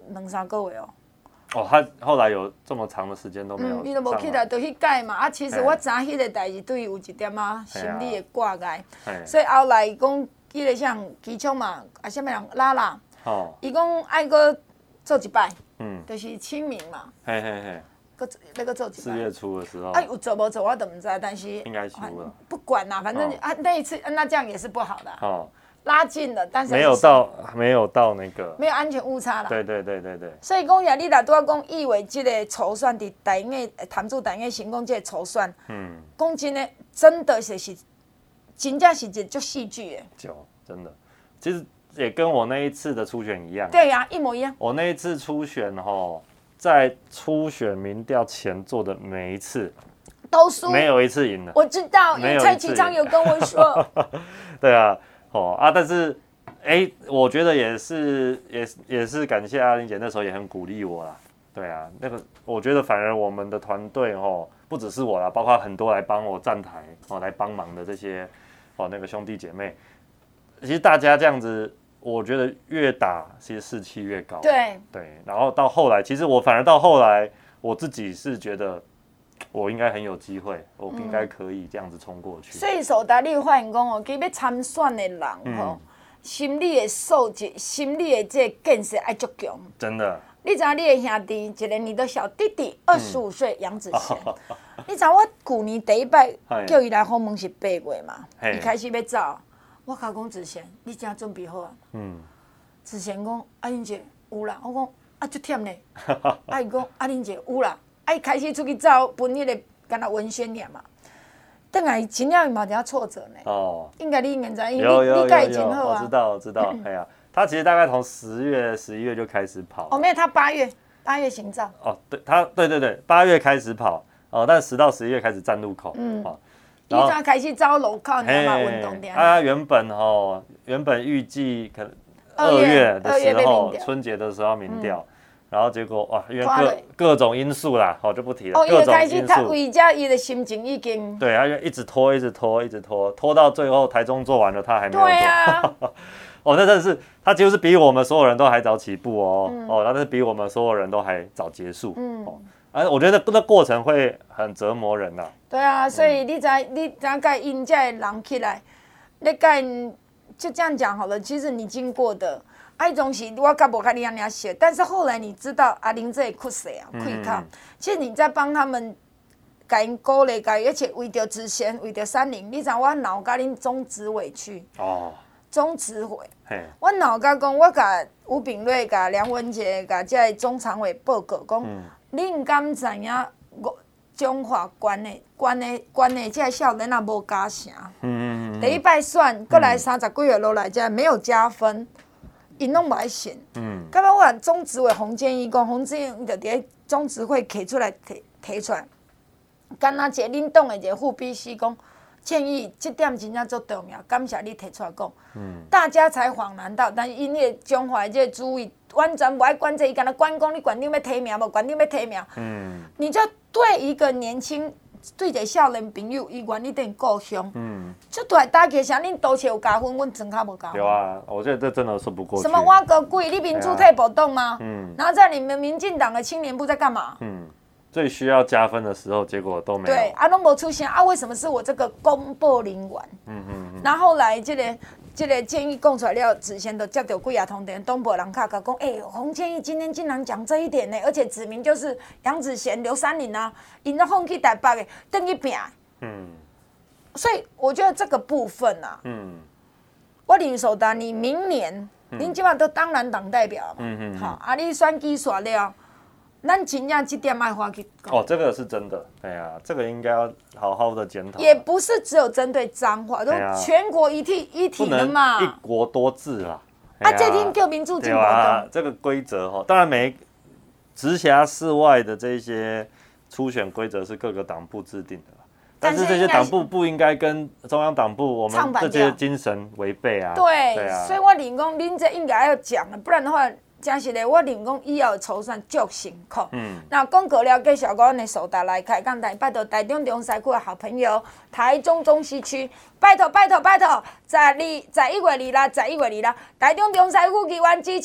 两三个月哦。 哦，他后来有这么长的时间都没有、 嗯，伊都无起来，就去改嘛。啊，其实我知迄个代志对伊有一点啊心理的挂碍，所以后来伊讲迄个像机枪嘛，啊，啥物人拉拉，哦，伊讲爱搁做一摆，嗯，就是清明嘛，嘿嘿嘿，搁那个做一摆。 四月初的时候， 啊，有做无做我都唔知，但是应该出了。 不管啦，反正啊那一次那这样也是不好的。哦。拉近了，但是没有到没有到那个没有安全误差啦。 对对对对对。 所以讲呀，你若拄仔讲以为这个筹算伫台艺谈助台艺成功这个筹算，嗯，讲真的，真的是是，真正是一就戏剧诶。 就真的，其实也跟我那一次的初选一样。 对呀、啊，一模一样。 我那一次初选吼，在初选民调前做的每一次都输， 没有一次赢的。 我知道，因为蔡其昌有跟我说。 对啊。哦啊，但是，哎、欸，我觉得也是，也是也是感谢阿玲姐那时候也很鼓励我啦。对啊，那个我觉得反而我们的团队哦，不只是我啦，包括很多来帮我站台哦，来帮忙的这些哦那个兄弟姐妹，其实大家这样子，我觉得越打其实士气越高。 对对，然后到后来，其实我反而到后来，我自己是觉得。我应该很有机会，我应该可以这样子冲过去。 所以，苏达，你有发现讲哦，其实要参选的人吼、嗯，心理的素质、心理的这建设爱足强。 真的。 你知影你的兄弟，一个你的小弟弟，二十五岁，杨子贤。嗯、你知影我去年第一摆叫伊来访问是八月嘛，伊开始要走，我甲讲子贤，你真准备好啊？嗯。子贤讲：阿玲姐有啦。我讲啊，足忝咧。啊，伊讲阿玲姐有啦。啊！伊开始出去走，分迄个敢若文宣尔嘛，等来真正嘛有点挫折呢。哦，应该你应该知，因为你你甲伊真好啊。 我知道，我知道，哎呀，他其实大概从十月、十一月就开始跑。 哦，没有，他八月八月行造。 哦，对，他对对对，八月开始跑，哦，但十到十一月开始站路口。嗯。哦， 伊才开始走路口，你嘛运动点。 啊，原本哦，原本预计可能二月的时候，春节的时候民调。然后结果哇，因为各各种因素啦，好就不提了。 哦，因为开始他为家伊的心情已经对，他就一直拖，一直拖，一直拖，拖到最后台中做完了，他还没有做。对啊。哦，那真的是他几乎是比我们所有人都还早起步哦，嗯、哦，那是比我们所有人都还早结束。嗯。哦，啊，我觉得那过程会很折磨人呐、啊。 对啊，所以你知你知甲因这人起来，你甲因就这样讲好了。其实你经过的。啊，迄种是我甲无甲你安尼写，但是后来你知道阿玲这酷势啊，亏靠、嗯，其实你在帮他们，甲因鼓励，甲而且为着之前，为着三零，你知我闹甲恁总执委去，哦，总执委，我闹甲讲，我甲吴炳瑞、甲梁文杰、甲这总常委报告讲，恁、嗯、敢知影我中华关的关的关的这少年也无加成，嗯嗯嗯，第一摆选，过来三十几月落来，这没有加分。因拢无爱信，嗯，到尾我总执委洪建义讲，洪建义就伫咧总执会提出来提提出来，敢若一个恁党的一个副秘书讲，建议这点真正足重要，感谢你提出来讲，嗯，大家才恍然到，但是因迄个中华这个主委完全无爱管这，伊敢若管讲你馆长要提名无，馆长要提名，嗯，你就对一个年轻。对一个少年朋友，伊愿意对故乡，嗯，这大打击啥？恁都市有加分，阮庄卡无加分。 有啊，我觉得这真的说不过去。 什么挖个贵？你民主退保动吗？嗯，然后在你们民进党的青年部在干嘛？嗯， 最需要加分的时候，结果都没有。 对，啊，拢无出现啊？为什么是我这个公报人员？嗯嗯嗯。然后后来这个。这个建议讲出来了，之前都接到几啊通电，东部人卡卡讲，哎、欸，洪建义今天竟然讲这一点呢，而且指明就是杨子贤、刘三林啊，因都放去台北的，等去拼。嗯，所以我觉得这个部分啊，嗯，我林守达，你明年，您、嗯、基本上都当然党代表嘛，嗯嗯，好，啊，你选举选了。咱真正这点爱花去哦，这个是真的，哎呀，这个应该要好好的检讨。 也不是只有针对彰化，都全国一体一体的嘛， 一国多制啦。 啊，这天叫民主进步的这个规则哈，当然每直辖市外的这些初选规则是各个党部制定的，但是这些党部不应该跟中央党部我们这些精神违背啊。 对，对啊，所以我认讲，恁这应该要讲的，不然的话。真是咧，我认讲以后的筹算足辛苦。嗯，那广告了，介绍我们的手达来开讲台，拜托台中中西区的好朋友，台中中西区，拜托拜托拜托，十二十一月二啦，十一月二啦，台中中西区议员支持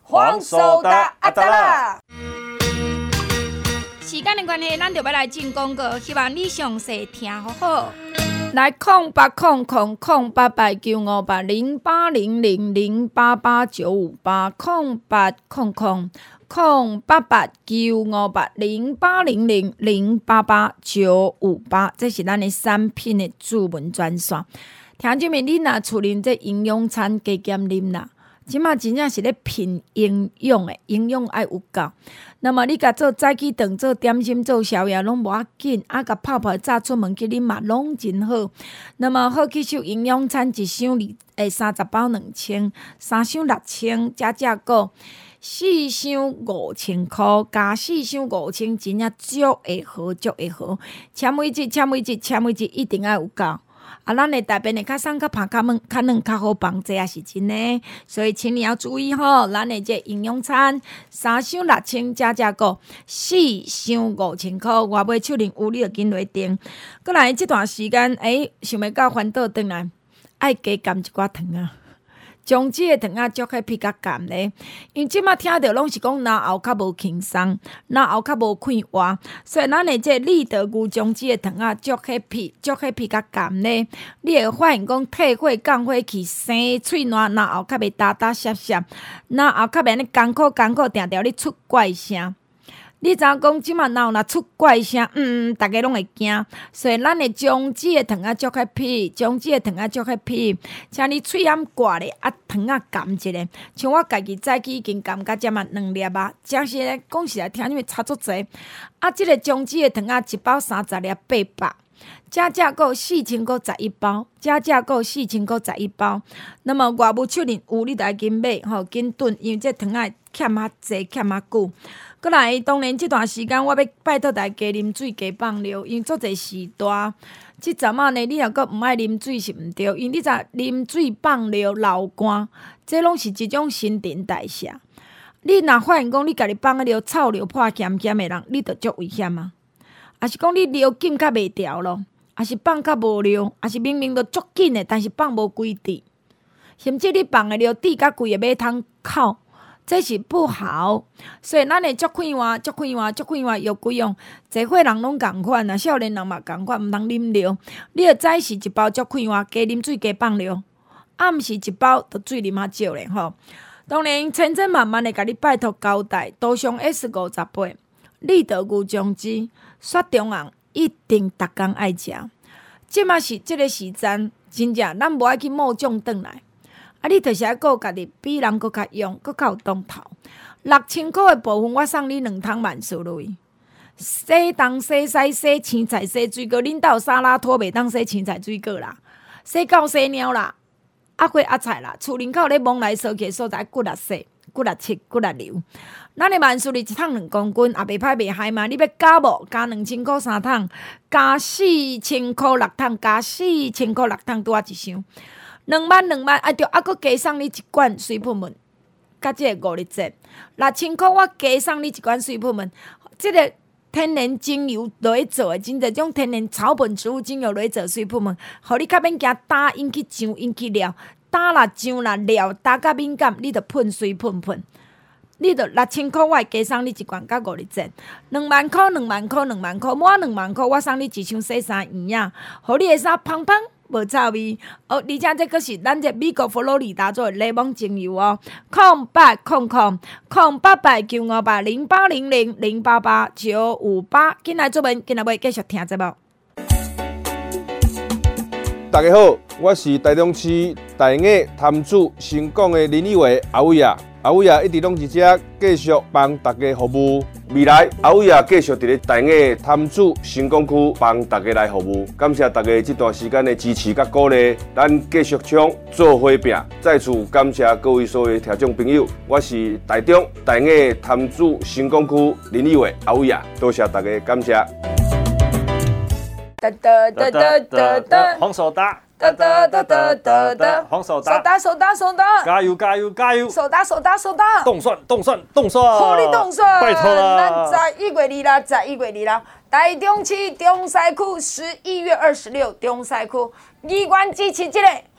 黄手达阿达啦。时间的关系，咱就要来进广告，希望你详细听好好。来空八空空空八八九五八零八零零零八八九五八空八空空空八八九五八零八零零零八八九五八，这是咱的产品的主文专线。听众们，你若厝啉这营养餐加减啉啦，即马真正是咧拼营养的，营养爱有够。那么你甲做早起顿、做点心、做宵夜拢无要紧，啊，甲泡泡早出门去啉嘛，拢真好。那么好吸收营养餐一箱二诶三十包两千，三箱六千，加价购四箱五千箍，加四箱五千，真正足会好，足会好。纤维质、纤维质、纤维质一定要有够。啊，咱的大便会较松、较香、较嫩、较嫩、较好放，这也是真的。所以，请你要注意吼，咱的这营养餐三箱六千加价购，四箱五千箍，外买手零有你就紧来订。过来这段时间，诶、欸，想要到环岛转来，爱加甘一寡糖啊。将即个糖仔足起皮较咸咧，因即马听到拢是讲脑后较无轻松，脑后较无快活，所以咱的这立德牛将即个糖仔足起皮，足起皮较咸咧，你会发现讲退火降火气，生喙烂，脑后较袂打打涩涩，脑后较袂安尼艰苦艰苦，定定咧出怪声。你知影讲即马若有若出怪声，嗯嗯，大家拢会惊，所以咱的姜子的糖仔足较皮，姜子的糖仔足较皮，请你喙掩挂咧，啊糖仔含一下，像我家己早起已经含甲这么两粒啊，真是咧讲实来听你们差足济。啊，即、这个姜子的糖仔一包三十粒八百，加价购四千块十一包，加价购四千块十一包。那么外务手里有你就要紧买吼，紧囤，因为这糖仔欠较济，欠较久。过来，当然这段时间我要拜托大家加啉水、加放尿，因为足侪时大。即阵仔呢，你若阁毋爱啉水是毋对，因为你知啉水、放尿、流汗，这拢是一种新陈代谢。你若发现讲你家己放个尿、臭尿破咸咸的人，你就足危险啊！还是讲你尿紧较袂调咯，还是放较无尿，还是明明都足紧的，但是放无规滴，甚至你放的尿滴甲规个马桶口。这是不好，所以咱的足快活、足快活、足快活药几样，侪岁人拢共款啊，少年人嘛共款，毋通啉尿。你着早时一包足快活，加啉水加放尿；暗时一包，着水啉较少咧吼。当然，千千万万的甲你拜托交代，多上 S 五十八，立德牛姜汁，雪中红一定逐工爱食。即嘛是即个时阵，真正咱无爱去冒种转来。啊！你著是爱顾家己比人搁较用，搁较有当头。六千块的部分，我送你两桶万事类。洗东洗西洗青菜洗水果，恁兜沙拉拖袂当洗青菜水果啦，洗狗洗猫啦，啊花啊菜啦，厝人口咧往来烧去所在，骨力洗、骨力切、骨力流。咱的万事类一桶两公斤，也袂歹袂歹嘛。你要加无？加两千块三桶，加四千块六桶，加四千块六桶拄啊一箱。两万两万，啊对，啊佫加送你一罐水喷门，甲即个五日节，六千箍我加送你一罐水喷门，即、這个天然精油落去做诶，真侪种天然草本植物精油落去做水喷门，互你较免惊打引起痒引起了，打啦痒啦了，打甲敏感，你着喷水喷喷。你着六千箍，我会加送你一罐甲五日节，两万箍两万箍两万箍，满两万箍我送你一箱洗衫液啊，互你的衫芳芳。无臭味哦，而且这个是咱这美国佛罗里达做的柠檬精油哦，空八空空空八八九五八零八零零零八八九五八，进来做门，进来要继续听节目。 大家好，我是台中市大雅潭子成功的林义伟阿伟啊，阿伟啊一直拢是只继续帮大家服务。未来阿伟啊继续伫咧大雅潭子成功区帮大家来服务，感谢大家这段时间的支持甲鼓励，咱继续冲做伙拼。再次感谢各位所有听众朋友，我是台中大雅潭子成功区林义伟阿伟啊，多谢大家感谢。 哒哒哒哒哒哒， 黄手达， 哒哒哒哒哒哒， 黄手达， 手打手打手打， 加油加油加油！ 手打手打手打， 动算动算动算， 好你动算， 拜托啦！ 咱十一月二啦，十一月二啦，台中市中西区十一月二十六中西区，议员支持这个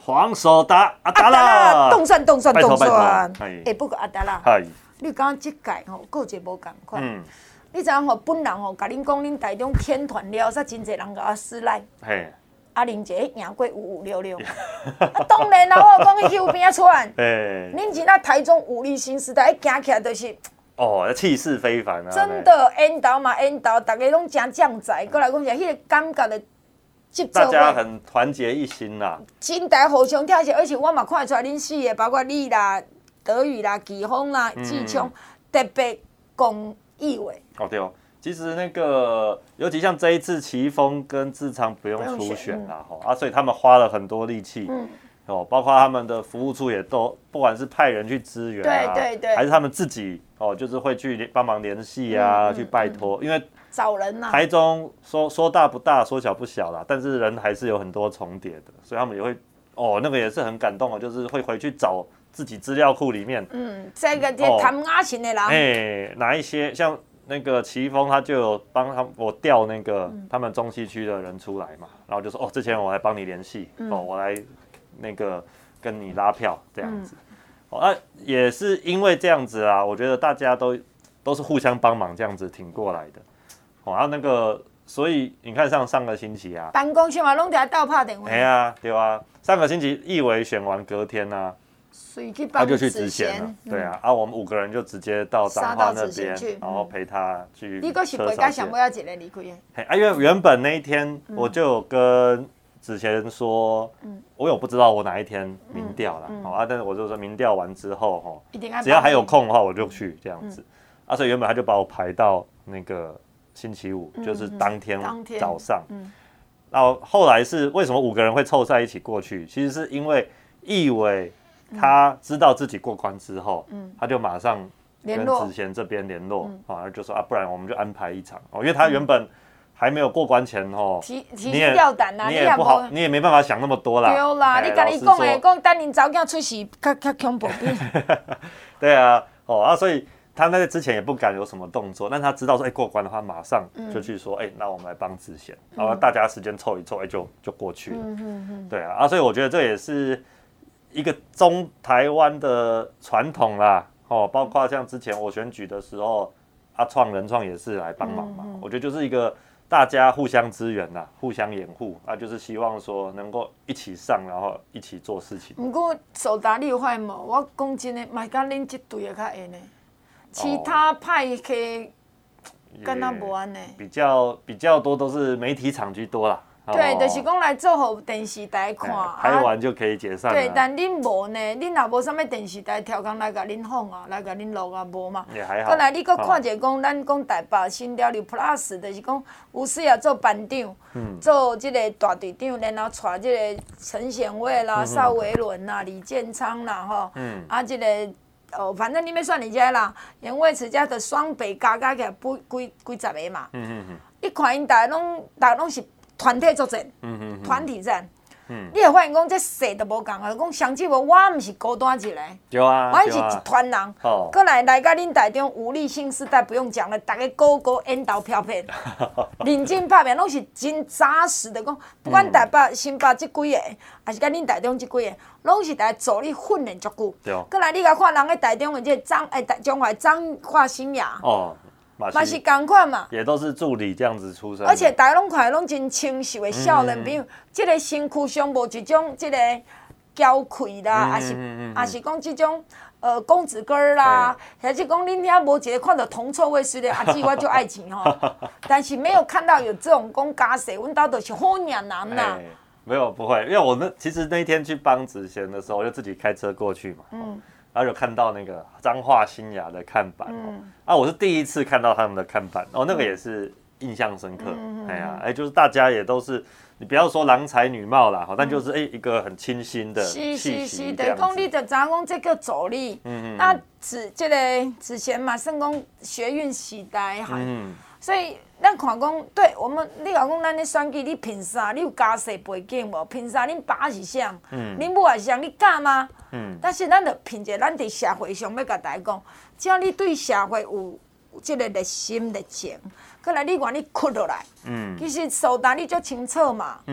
黄守达阿达啦， 动算动算动算， 哎， 哎，不过阿达啦，你讲即届吼，还有一个无共款。嗯，你知影吼，本人吼，甲恁讲恁台中天团了，煞真侪人甲我私赖。嘿。阿玲姐赢过五五六六，啊，当然啦，我讲迄后边传，恁今仔台中武力新时代，一行起来就是。 哦，气势非凡啊！ 真的，缘投嘛缘投，大家拢真将在，过来讲是迄个感觉的节奏。 大家很团结一心啦。 真台互相跳起，而且我嘛看出来恁四个，包括你啦、德宇啦、季峰啦、志聪，特别讲意味。 哦对哦，其实那个，尤其像这一次奇峰跟志昌不用初选啦，吼、嗯、啊，所以他们花了很多力气。嗯哦，包括他们的服务处也都，不管是派人去支援啊， 对对对， 还是他们自己哦，就是会去帮忙联系啊，嗯、去拜托，嗯、因为找人呐、啊。 台中说说大不大，说小不小啦，但是人还是有很多重叠的，所以他们也会哦，那个也是很感动哦，就是会回去找自己资料库里面， 嗯，这个这谈阿琴的人，哎、 欸，哪一些像那个奇峰，他就有帮他我调那个、嗯、他们中西区的人出来嘛，然后就说哦，之前我来帮你联系，嗯、哦，我来。那个跟你拉票这样子，嗯、哦，那、啊、也是因为这样子啊，我觉得大家都都是互相帮忙这样子挺过来的，哦，然后那个，所以你看上上个星期啊， 办公室嘛拢在倒拍电话， 哎呀、啊，对啊，上个星期立委选完隔天啊，他就去直选了，嗯、对啊，啊，我们五个人就直接到彰化那边，然后陪他去。 你个是陪他想不要一个离开的？ 啊，因为原本那一天我就有跟。之前说，嗯、我有不知道我哪一天民调啦，嗯嗯、啊，但是我就说民调完之后，哈，只要还有空的话，我就去这样子。嗯、啊，所以原本他就把我排到那个星期五，嗯、就是当天早上。嗯、然后后来是为什么五个人会凑在一起过去？其实是因为立委他知道自己过关之后，嗯、他就马上跟子贤这边联络，嗯、啊，就说啊，不然我们就安排一场哦，因为他原本。嗯还没有过关前吼， 提提心吊胆啊， 你也不好，你也没办法想那么多啦。 对啦，你跟你讲诶，讲等恁查某囝出事，较较恐怖点。 对啊，哦啊，所以他那之前也不敢有什么动作，但他知道说，哎、欸，过关的话，马上就去说，哎、嗯欸，那我们来帮志贤，然后大家时间凑一凑，哎、欸，就就过去了。嗯嗯嗯。对啊，啊，所以我觉得这也是一个中台湾的传统啦，哦，包括像之前我选举的时候，阿创人创也是来帮忙嘛，嗯嗯我觉得就是一个。大家互相支援呐，互相掩护啊，就是希望说能够一起上，然后一起做事情。 不过守达你有发现无？我讲真的，嘛甲恁这队的较会呢，其他派系敢若无安呢。 比较比较多都是媒体场居多啦。 对，就是讲来做互电视台看， 拍完就可以解散。 对，但恁无呢，恁也无啥物电视台挑工来甲恁放啊，来甲恁录啊，无嘛。 也还好。 过来你搁看者讲，咱讲台北新潮流 Plus， 就是讲吴思雅做班长，嗯、做即个大队长，然后带即个陈显伟啦、邵维伦啦、李建昌啦，吼，嗯、啊，即、这个哦，反正你要选你家啦，严伟慈家的双北加加起来不几几十个嘛。嗯嗯嗯。你看因大家拢，大家拢是。团体作战，团体战，嗯、你会发现讲这势都无共啊！讲相姊无，我毋是孤单一个， 对啊， 我是一团人。哦，过来来甲恁台中武力新时代不用讲了，大家个个缘投票片，认真拍片，拢是真扎实的。讲不管台北、新北这几个，还是甲恁台中这几个，拢是大家助力训练足久。对。过来你甲看人喺台中的这张诶，中华彰化新雅。哦。嘛是同款嘛， 也都是助理这样子出身， 而且大家拢看拢真清秀的少年朋友，即、嗯、个身躯上无一种即个娇气啦，还、嗯、是还是讲即种呃公子哥儿啦，还是讲恁遐无一个看到铜臭味似的，阿姊我就爱钱吼，但是没有看到有这种讲家世，阮兜就是好娘男呐。 没有不会，因为我那其实那一天去帮子贤的时候，我就自己开车过去嘛。嗯。然后有看到那个彰化新雅的看板、嗯、啊，我是第一次看到他们的看板，哦，那个也是印象深刻。嗯、哎呀，哎，就是大家也都是，你不要说郎才女貌啦，但就是哎一个很清新的气息。是是是， 等于讲你就知讲这叫助力。嗯嗯。那子这个之前嘛，算讲学运时代哈，嗯、所以咱看讲，对我们你讲讲咱咧选举，你凭啥？你有家世背景无？凭啥？恁爸是啥？嗯。恁母也是啥？你敢吗？嗯，但是咱着凭一个咱伫社会上要甲大家讲，只要你对社会有即个热心热情，过来你愿意屈落来，嗯，其实守达你足清楚嘛，嗯，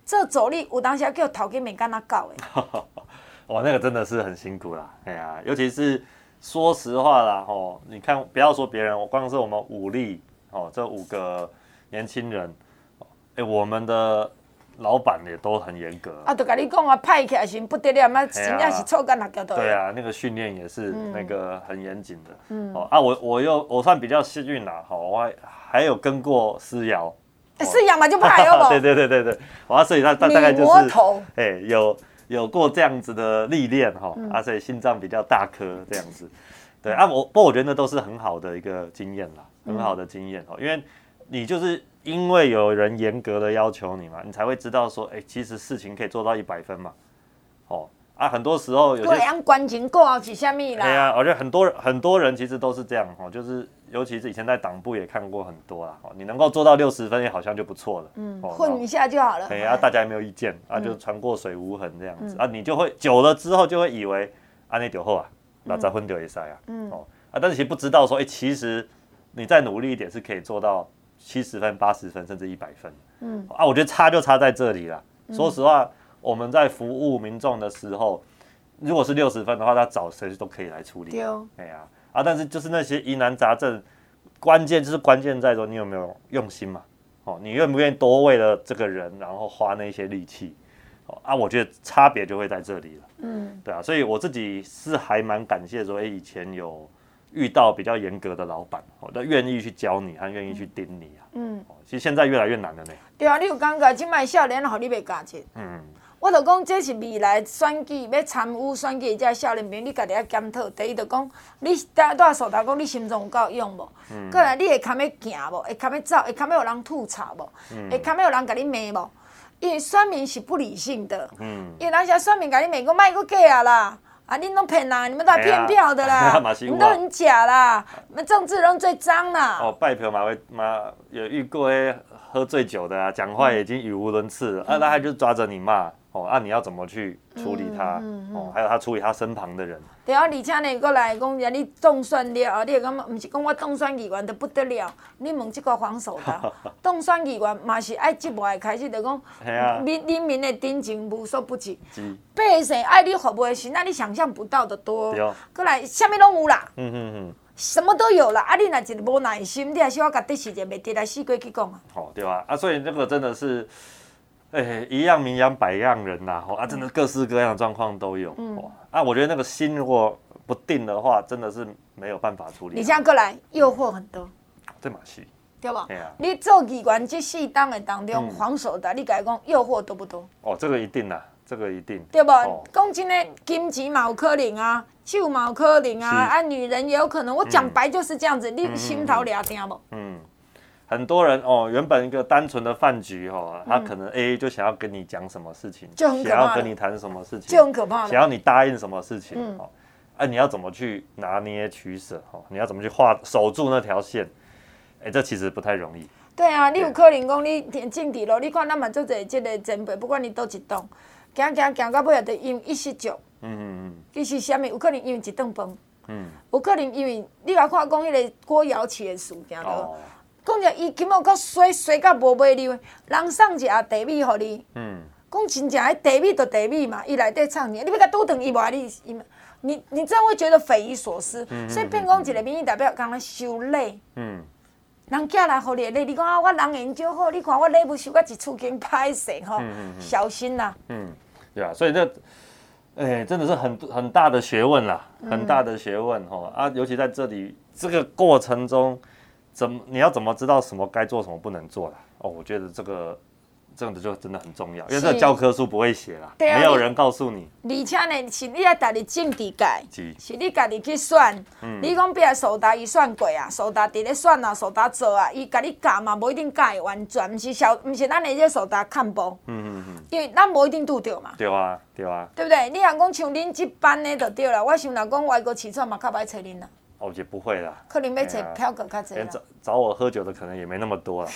做助理有当时叫头家袂敢若狗诶。 哇，那个真的是很辛苦啦，哎呀，尤其是说实话啦，吼，你看，不要说别人，我光是我们五力，哦，这五个年轻人，哎，我们的老板也都很严格啊，就甲你讲啊，派起来是不得了，那真正是臭干辣椒的。 对啊，那个训练也是那个很严谨的。嗯，哦啊，我我又我算比较幸运啦，好，我还还有跟过思瑶。 思瑶嘛就派好不？ 对对对对对，我所以他大概就是，哎，有有过这样子的历练哈，啊，所以心脏比较大颗这样子。对啊，我不过我觉得那都是很好的一个经验啦，很好的经验哦，因为你就是因为有人严格的要求你嘛，你才会知道说，哎，其实事情可以做到一百分嘛，哦啊，很多时候有些对，按关键过后是啥物啦？ 对啊，我觉得很多很多人其实都是这样哦，就是尤其是以前在党部也看过很多啦，哦，你能够做到六十分也好像就不错了， 嗯，混一下就好了。 对啊，大家也没有意见啊，就船过水无痕这样子啊，你就会久了之后就会以为啊那就好啊，那再混就会塞啊，嗯哦啊，但是其实不知道说，哎，其实你再努力一点是可以做到七十分、八十分甚至一百分，嗯啊，我觉得差就差在这里啦。说实话。我们在服务民众的时候，如果是六十分的话，他找谁都可以来处理。对，哎呀啊，但是就是那些疑难杂症，关键就是关键在说你有没有用心嘛？哦，你愿不愿意多为了这个人，然后花那些力气？哦啊，我觉得差别就会在这里了。嗯，对啊，所以我自己是还蛮感谢说，哎，以前有遇到比较严格的老板，哦，他愿意去教你，他愿意去盯你啊。嗯，其实现在越来越难了呢。 对啊，你有感觉现在少年互你袂加钱？嗯。我就讲，这是未来选举要参与选举，这少年朋友你家己要检讨。第一，就讲你带带手头讲，你心中有够勇无？嗯。过来，你会堪要行无？会堪要走？会堪要有人吐槽无？嗯。会堪要有人甲你骂无？因为选民是不理性的。嗯。因为那些选民甲你骂讲，卖个假啦！啊，恁都骗人，你们都来骗票的啦！你们都很假啦！你们政治人最脏啦！ 哦，拜票嘛会嘛有遇过诶，喝醉酒的啊，讲话已经语无伦次了，啊，那他就抓着你骂。哦，啊，你要怎么去处理他？嗯嗯、哦，还有他处理他身旁的人。 对啊，而且呢，过来讲，你当选了，你会感觉，唔是讲我当选议员就不得了。你问这个黄守达，当选议员嘛是爱职务的开始，就讲民人民的真情无所不及。百姓爱你服务的心，那你想象不到的多。对。过来，啥物拢有啦。嗯嗯嗯。什么都有啦，啊！你若一个无耐心，你还是我甲得事者袂得来四过去讲啊。 哦，对啊，啊，所以这个真的是。哎、欸，一样名扬百样人呐、啊，啊，真的各式各样的状况都有。嗯，啊，我觉得那个心如果不定的话，真的是没有办法处理。 你这样过来，诱惑很多。 这嘛是， 对吧？对啊。你做议员这四档的当中，黄守达，你甲伊讲诱惑多不多？ 哦，这个一定啦，这个一定。 对不？讲真的，金钱嘛有可能啊，酒嘛有可能啊，啊，女人也有可能。我讲白就是这样子，你心头俩听不？嗯。 很多人哦，原本一个单纯的饭局哦，他可能 A 就想要跟你讲什么事情， 就很可怕， 想要跟你谈什么事情， 就很可怕， 想要你答应什么事情，嗯，哦，啊，你要怎么去拿捏取舍哦？你要怎么去画守住那条线？哎，这其实不太容易。 对啊，你有可能讲你政治咯，你看咱嘛做者这个前辈，不管你倒一档，行行行到尾啊，就因为一失足，嗯嗯嗯，伊是啥物？有可能因为一顿饭，嗯，有可能因为你来看讲迄个郭瑶起的事件咯。讲着伊根本搁衰衰到无尾溜，人送一盒茶米互你，嗯，讲真正迄茶米就茶米嘛，伊内底藏钱，你要甲拄断伊无？你你你这样会觉得匪夷所思，嗯、所以变讲一个民意代表刚刚收礼，嗯，人寄来互你的礼，你讲啊，我人缘就好，你看我礼物收到一厝间歹势吼，小心啦。嗯， 对啊，所以这，哎、欸，真的是很很大的学问啦，很大的学问吼、嗯、啊，尤其在这里这个过程中。怎么你要怎么知道什么该做什么不能做啦？哦，我觉得这个这样子就真的很重要，因为这个教科书不会写啦，没有人告诉你。 而且呢，是你要家己政治界，是你家己去选。嗯、你讲比如苏达伊选过啊，苏达伫咧选啊，苏达做啊，伊家己教嘛，无一定教完全，毋是小，毋是咱的这苏达看播。嗯嗯嗯。因为咱无一定拄着嘛。 对啊，对啊。 对不对？你若讲像恁这班的就对啦，我想若讲外国市场嘛，较歹找恁啦。 哦，也不会啦， 可能要找票个较侪啦。 找找我喝酒的可能也没那么多啦。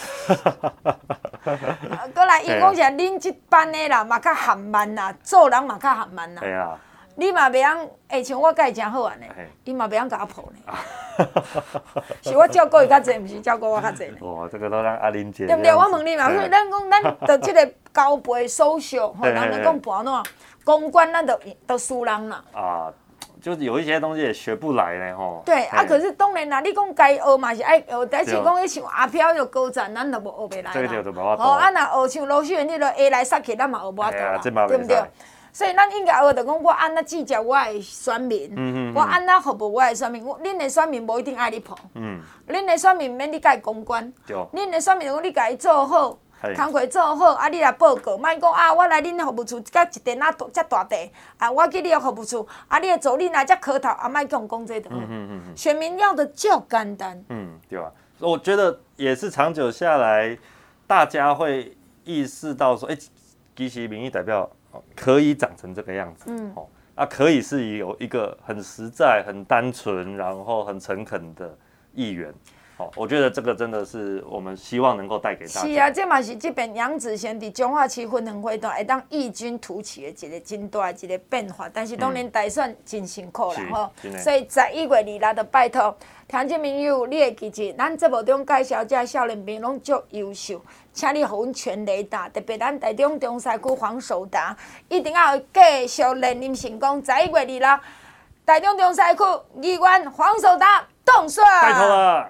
过来，因讲是恁这班的啦，嘛较含慢啦，做人嘛较含慢啦。 对啊。 你嘛袂晓，哎，像我甲伊真好安尼，伊嘛袂晓甲我抱呢。是我照顾伊较侪，毋是照顾我较侪呢。 哦，这个都让阿玲姐。 对不对？我问你嘛，所以咱讲咱的这个交配收小，吼，人人讲盘怎公关，咱都都输人啦。 啊。就是有一些东西也学不来呢，吼。 对啊，可是当然啦，你讲该学嘛是爱学，但是讲迄像阿飘就高赞，咱就无学袂来啦。 对对对，无法度。 哦，啊，若学像罗秀媛迄个 A 来杀去，咱嘛学无法度啦，对不对？所以咱应该学着讲，我安怎计较我的选民，嗯嗯我安怎服务我的选民，恁的选民无一定爱你捧，嗯，恁的选民免你甲伊公关，对，恁的选民讲你甲伊做好。工课做好，啊！你来报告，莫讲啊！我来恁服务处，甲一电啊遮大地，啊！我去你的服务处，啊！你的助理来遮磕头，啊！莫讲讲这个。嗯嗯嗯。选民要的就简单。嗯， 对吧？我觉得也是长久下来，大家会意识到说，哎、欸，其实民意代表可以长成这个样子。嗯。哦，啊，可以是有一个很实在、很单纯，然后很诚恳的议员。我觉得这个真的是我们希望能够带给大家。 是啊，这嘛是这边杨子贤伫彰化区分园会段会当异军突起的一个真大的一个变化，但是当然大选真辛苦啦吼、嗯，所以十一月二日就拜托听众朋友，你会记住，咱节目中介绍这少年兵拢足优秀，请你予阮全力打，特别咱台中中西区黄守达，一定要继续练任成功。十一月二日，台中中西区议员黄守达当选。 拜托了。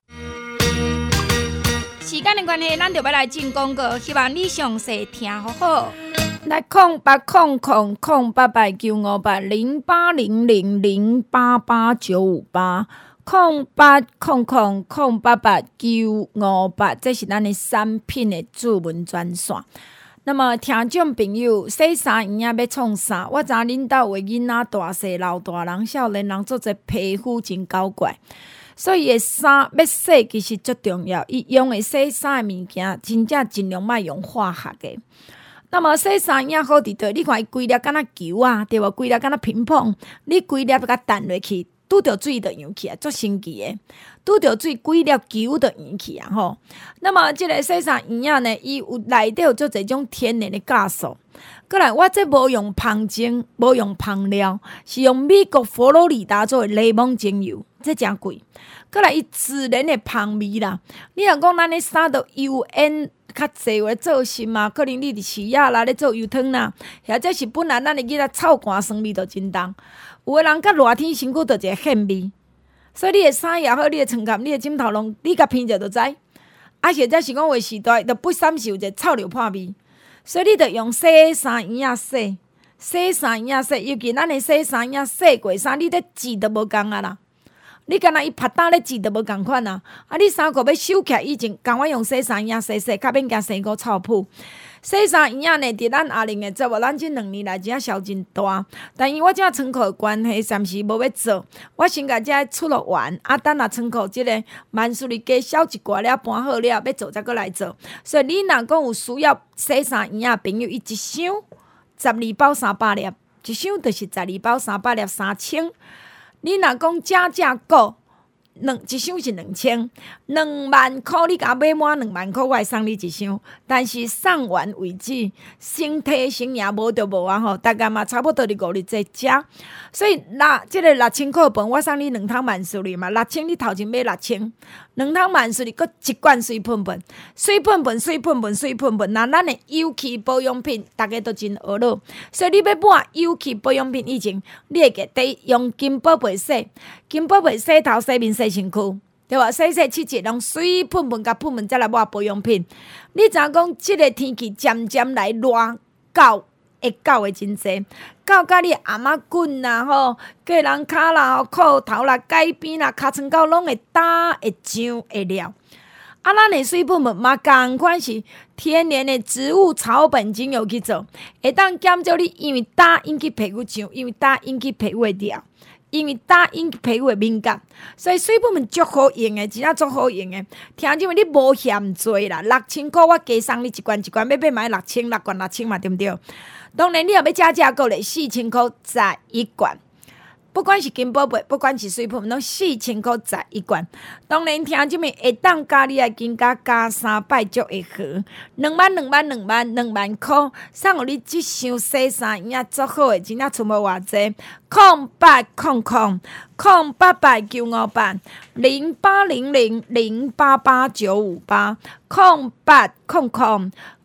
时间的关系，咱就要来进广告，希望你详细听好好。来空八空空空八八九五八零八零零零八八九五八空八空空空八八九五八，这是咱的产品的主文专线。那么听众朋友，洗衫衣仔要创啥？我知恁兜有囡仔、大细、老大人、少年人，做者皮肤真搞怪。所以，衫要洗其实足重要。伊用的洗衫的物件，真正尽量莫用化学的。那么洗衫衣好伫倒，你看伊规粒敢若球啊，对无？规粒敢若乒乓，你规粒甲弹落去，拄着水就扬起啊，足神奇的。拄着水，规粒球就扬起啊吼。那么，即个洗衫衣仔呢，伊有内底有足侪种天然的酵素。过来，我这无用芳精，无用芳料，是用美国佛罗里达做的柠檬精油，这真贵。过来，伊自然的芳味啦。你若讲咱咧衫都油烟较济，话做心嘛，可能你伫饲鸭啦咧做油汤啦，或者是本来咱会记得臭汗酸味就真重。有的人甲热天身躯就一个汗味，所以你的衫也好，你的床垫、你的枕头拢，你甲闻者就知。啊，或者是讲话时代，就不闪是有一个臭流破味。所以你着用洗衫衣仔洗，洗衫衣仔洗，尤其咱的洗衫衣仔洗过衫，你咧挤都无共啊啦。你敢若伊拍打咧挤都无共款啊！啊，你衫裤要收起来以前，赶快用洗衫衣仔洗洗，较免惊生个臭扑。洗衫衣仔呢，伫咱阿玲的节目，咱即两年来真销真大。但因我即仓库的关系，暂时无要做。我先甲即出落完，啊，等下仓库即个万事里加销一寡了，搬好了，要做再过来做。所以你若讲有需要洗衫衣仔朋友，伊一箱十二包三百粒，一箱就是十二包三百粒三千。你若讲正正购，两一箱是两千，两万块你甲买满两万块，我会送你一箱。但是送完为止，身体生也无就无啊吼，大概嘛差不多伫五日在食。所以六即个六千块本，我送你两桶万事利嘛，六千你头前买六千，两桶万事利，搁一罐水喷喷，水喷喷，水喷喷，水喷喷。那咱的有机保养品，大家都真学了。所以你要买有机保养品以前，你会记得用金宝贝洗，金宝贝洗头、洗面、洗身躯，对吧？洗洗七七，用水喷喷甲喷喷，再来买保养品。你知影讲，即个天气渐渐来热，狗会狗的真济，狗甲你阿妈滚啦吼，个人骹啦、裤头啦、改边啦、尻川口拢会打、会痒、会撩。啊，咱的水喷喷嘛，共款是天然的植物草本精油去做，会当减少你因为打引起皮肤痒，因为打引起皮肤会撩。因为打引起皮肤会敏感，所以水喷喷足好用的，真正足好用的。听众们，你无嫌济啦，六千块我加送你一罐一罐，要买买六千六罐六千嘛，对不对？当然，你若要加价购咧，四千块十一罐。不管是金宝贝，不管是水喷喷，拢四千块十一罐。当然，听众们会当加你的金价加三百就会好，两万两万两万两万块，送互你即箱洗衫衣啊，足好诶，真正出无偌济。空八空空空八八九五八零八零零零八八九五八空八空空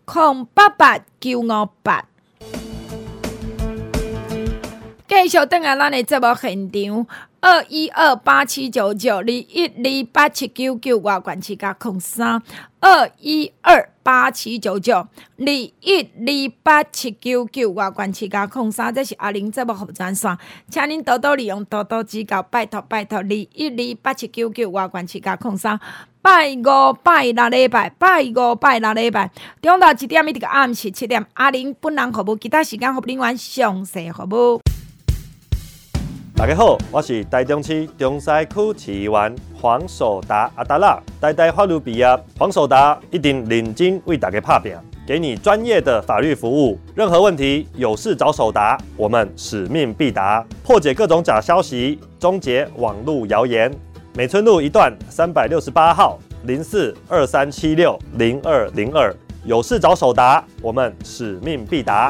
空八八九五八。继续等下咱的节目现场，二一二八七九九二一二八七九九外管七加空三，二一二八七九九二一二八七九九外管七加空三，这是阿玲节目服专线，请您多多利用，多多指教，拜托拜托，二一二八七九九外管七加空三。拜五拜六礼拜，拜五拜六礼拜，中昼一点一直到暗时七点，阿玲本人服务，其他时间服务人员详细服务。 大家好，我是台中市中西区市议员黄守达阿达拉，台大法律毕业，黄守达一定认真为大家拍拼，给你专业的法律服务。任何问题有事找守达，我们使命必达，破解各种假消息，终结网络谣言。美村路一段三百六十八号零四二三七六零二零二，有事找守达，我们使命必达。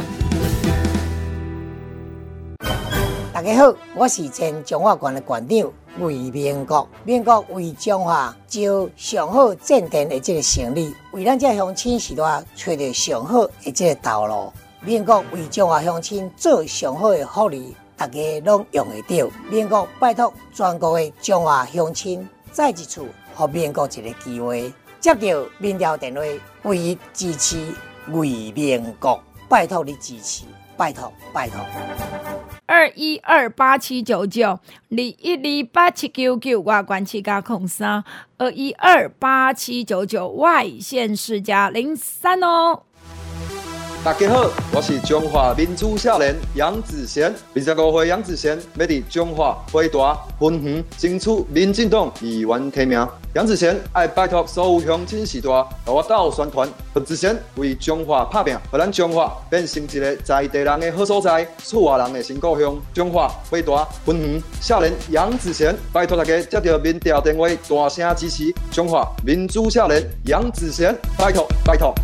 大家好，我是前中华县的县长魏明国。民国为中华招上好建店的这个成立，为咱这乡亲时代找到上好的这个道路。民国为中华乡亲做上好的福利，大家拢用得到。民国拜托全国的中华乡亲，再一次给民国一个机会，接到民调电话，唯一支持魏明国，拜托你支持，拜托拜托。 二一二八七九九二一二八七九九外管七加空三，二一二八七九九外县市加零三哦。 大家好，我是中华民主少年杨子贤，二十五岁杨子贤要伫中华回大分园争取民进党议员提名。杨子贤爱拜托所有乡亲时代，和我斗宣传，杨子贤为中华打拼，让咱中华变成一个在地人的好所在，厝外人的新故乡。中华回大分园少年杨子贤，拜托大家接到民调电话，大声支持中华民主少年杨子贤，拜托拜托。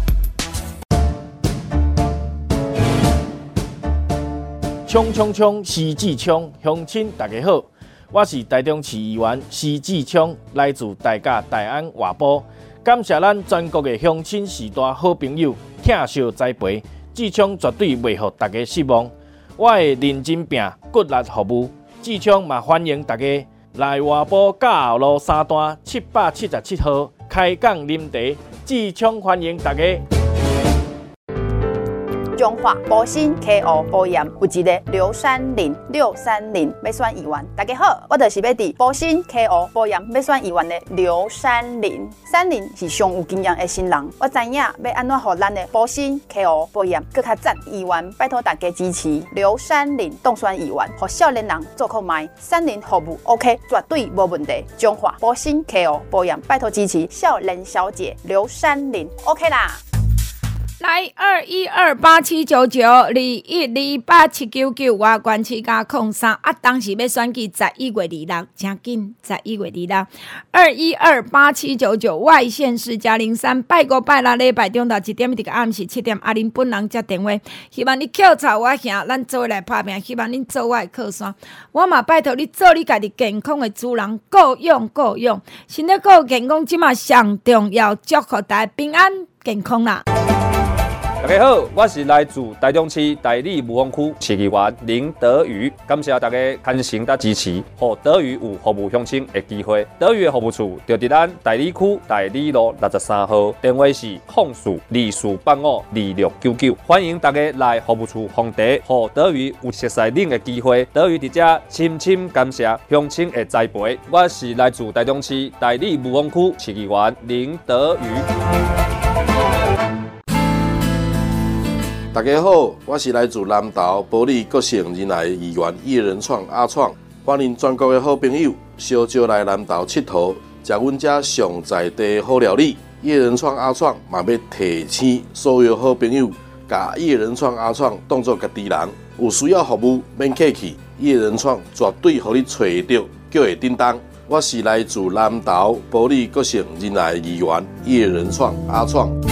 冲冲冲！徐志昌，乡亲大家好，我是台中市议员徐志昌，来自大甲大安外埔，感谢咱全国的乡亲时代好朋友疼惜栽培，志昌绝对袂互大家失望。我会认真拼，骨力服务。志昌嘛欢迎大家来外埔甲后路三段七百七十七号开讲啉茶，志昌欢迎大家。 中华保新 K O 保盐有一个刘山林，刘山林要选议员。大家好，我就是要伫保新 K O 保盐要选议员的刘山林。山林是上有经验的新人，我知影要安怎互咱的保新 K O 保盐更较赞。议员拜托大家支持刘山林当选议员，互少年人做购买。山林服务 OK， 绝对无问题。中华保新 K O 保盐拜托支持少年小姐刘山林 OK 啦。 来二一二八七九九二一二八七九九外关七加空三啊！当时要选举十一月二六，真紧十一月二六。二一二八七九九外县市加零三，拜五拜六礼拜中昼一点一直到暗时七点，阿玲本人接电话，希望你扣槽我兄，咱做来拍拼，希望恁做我的靠山。我嘛拜托你做你家己健康的主人，够用够用，身体够健康，即嘛上重要，祝福大家平安健康啦！ 大家好，我是来自台中市大里武丰区市议员林德瑜，感谢大家牵诚甲支持，让德瑜有服务乡亲的机会。德瑜的服务处就伫咱大里区大里路六十三号，电话是控诉二四八五二六九九，欢迎大家来服务处访茶，让德瑜有熟悉恁的机会。德瑜伫遮深深感谢乡亲的栽培。我是来自台中市大里武丰区市议员林德瑜。 大家好，我是来自南投埔里国姓仁爱议员叶仁创阿创，欢迎全国的好朋友小招来南投佚佗，食阮遮上在地好料理。叶仁创阿创嘛要提醒所有好朋友，甲叶仁创阿创当作家己人，有需要服务免客气，叶仁创绝对互你找到，叫会叮当。我是来自南投埔里国姓仁爱议员叶仁创阿创。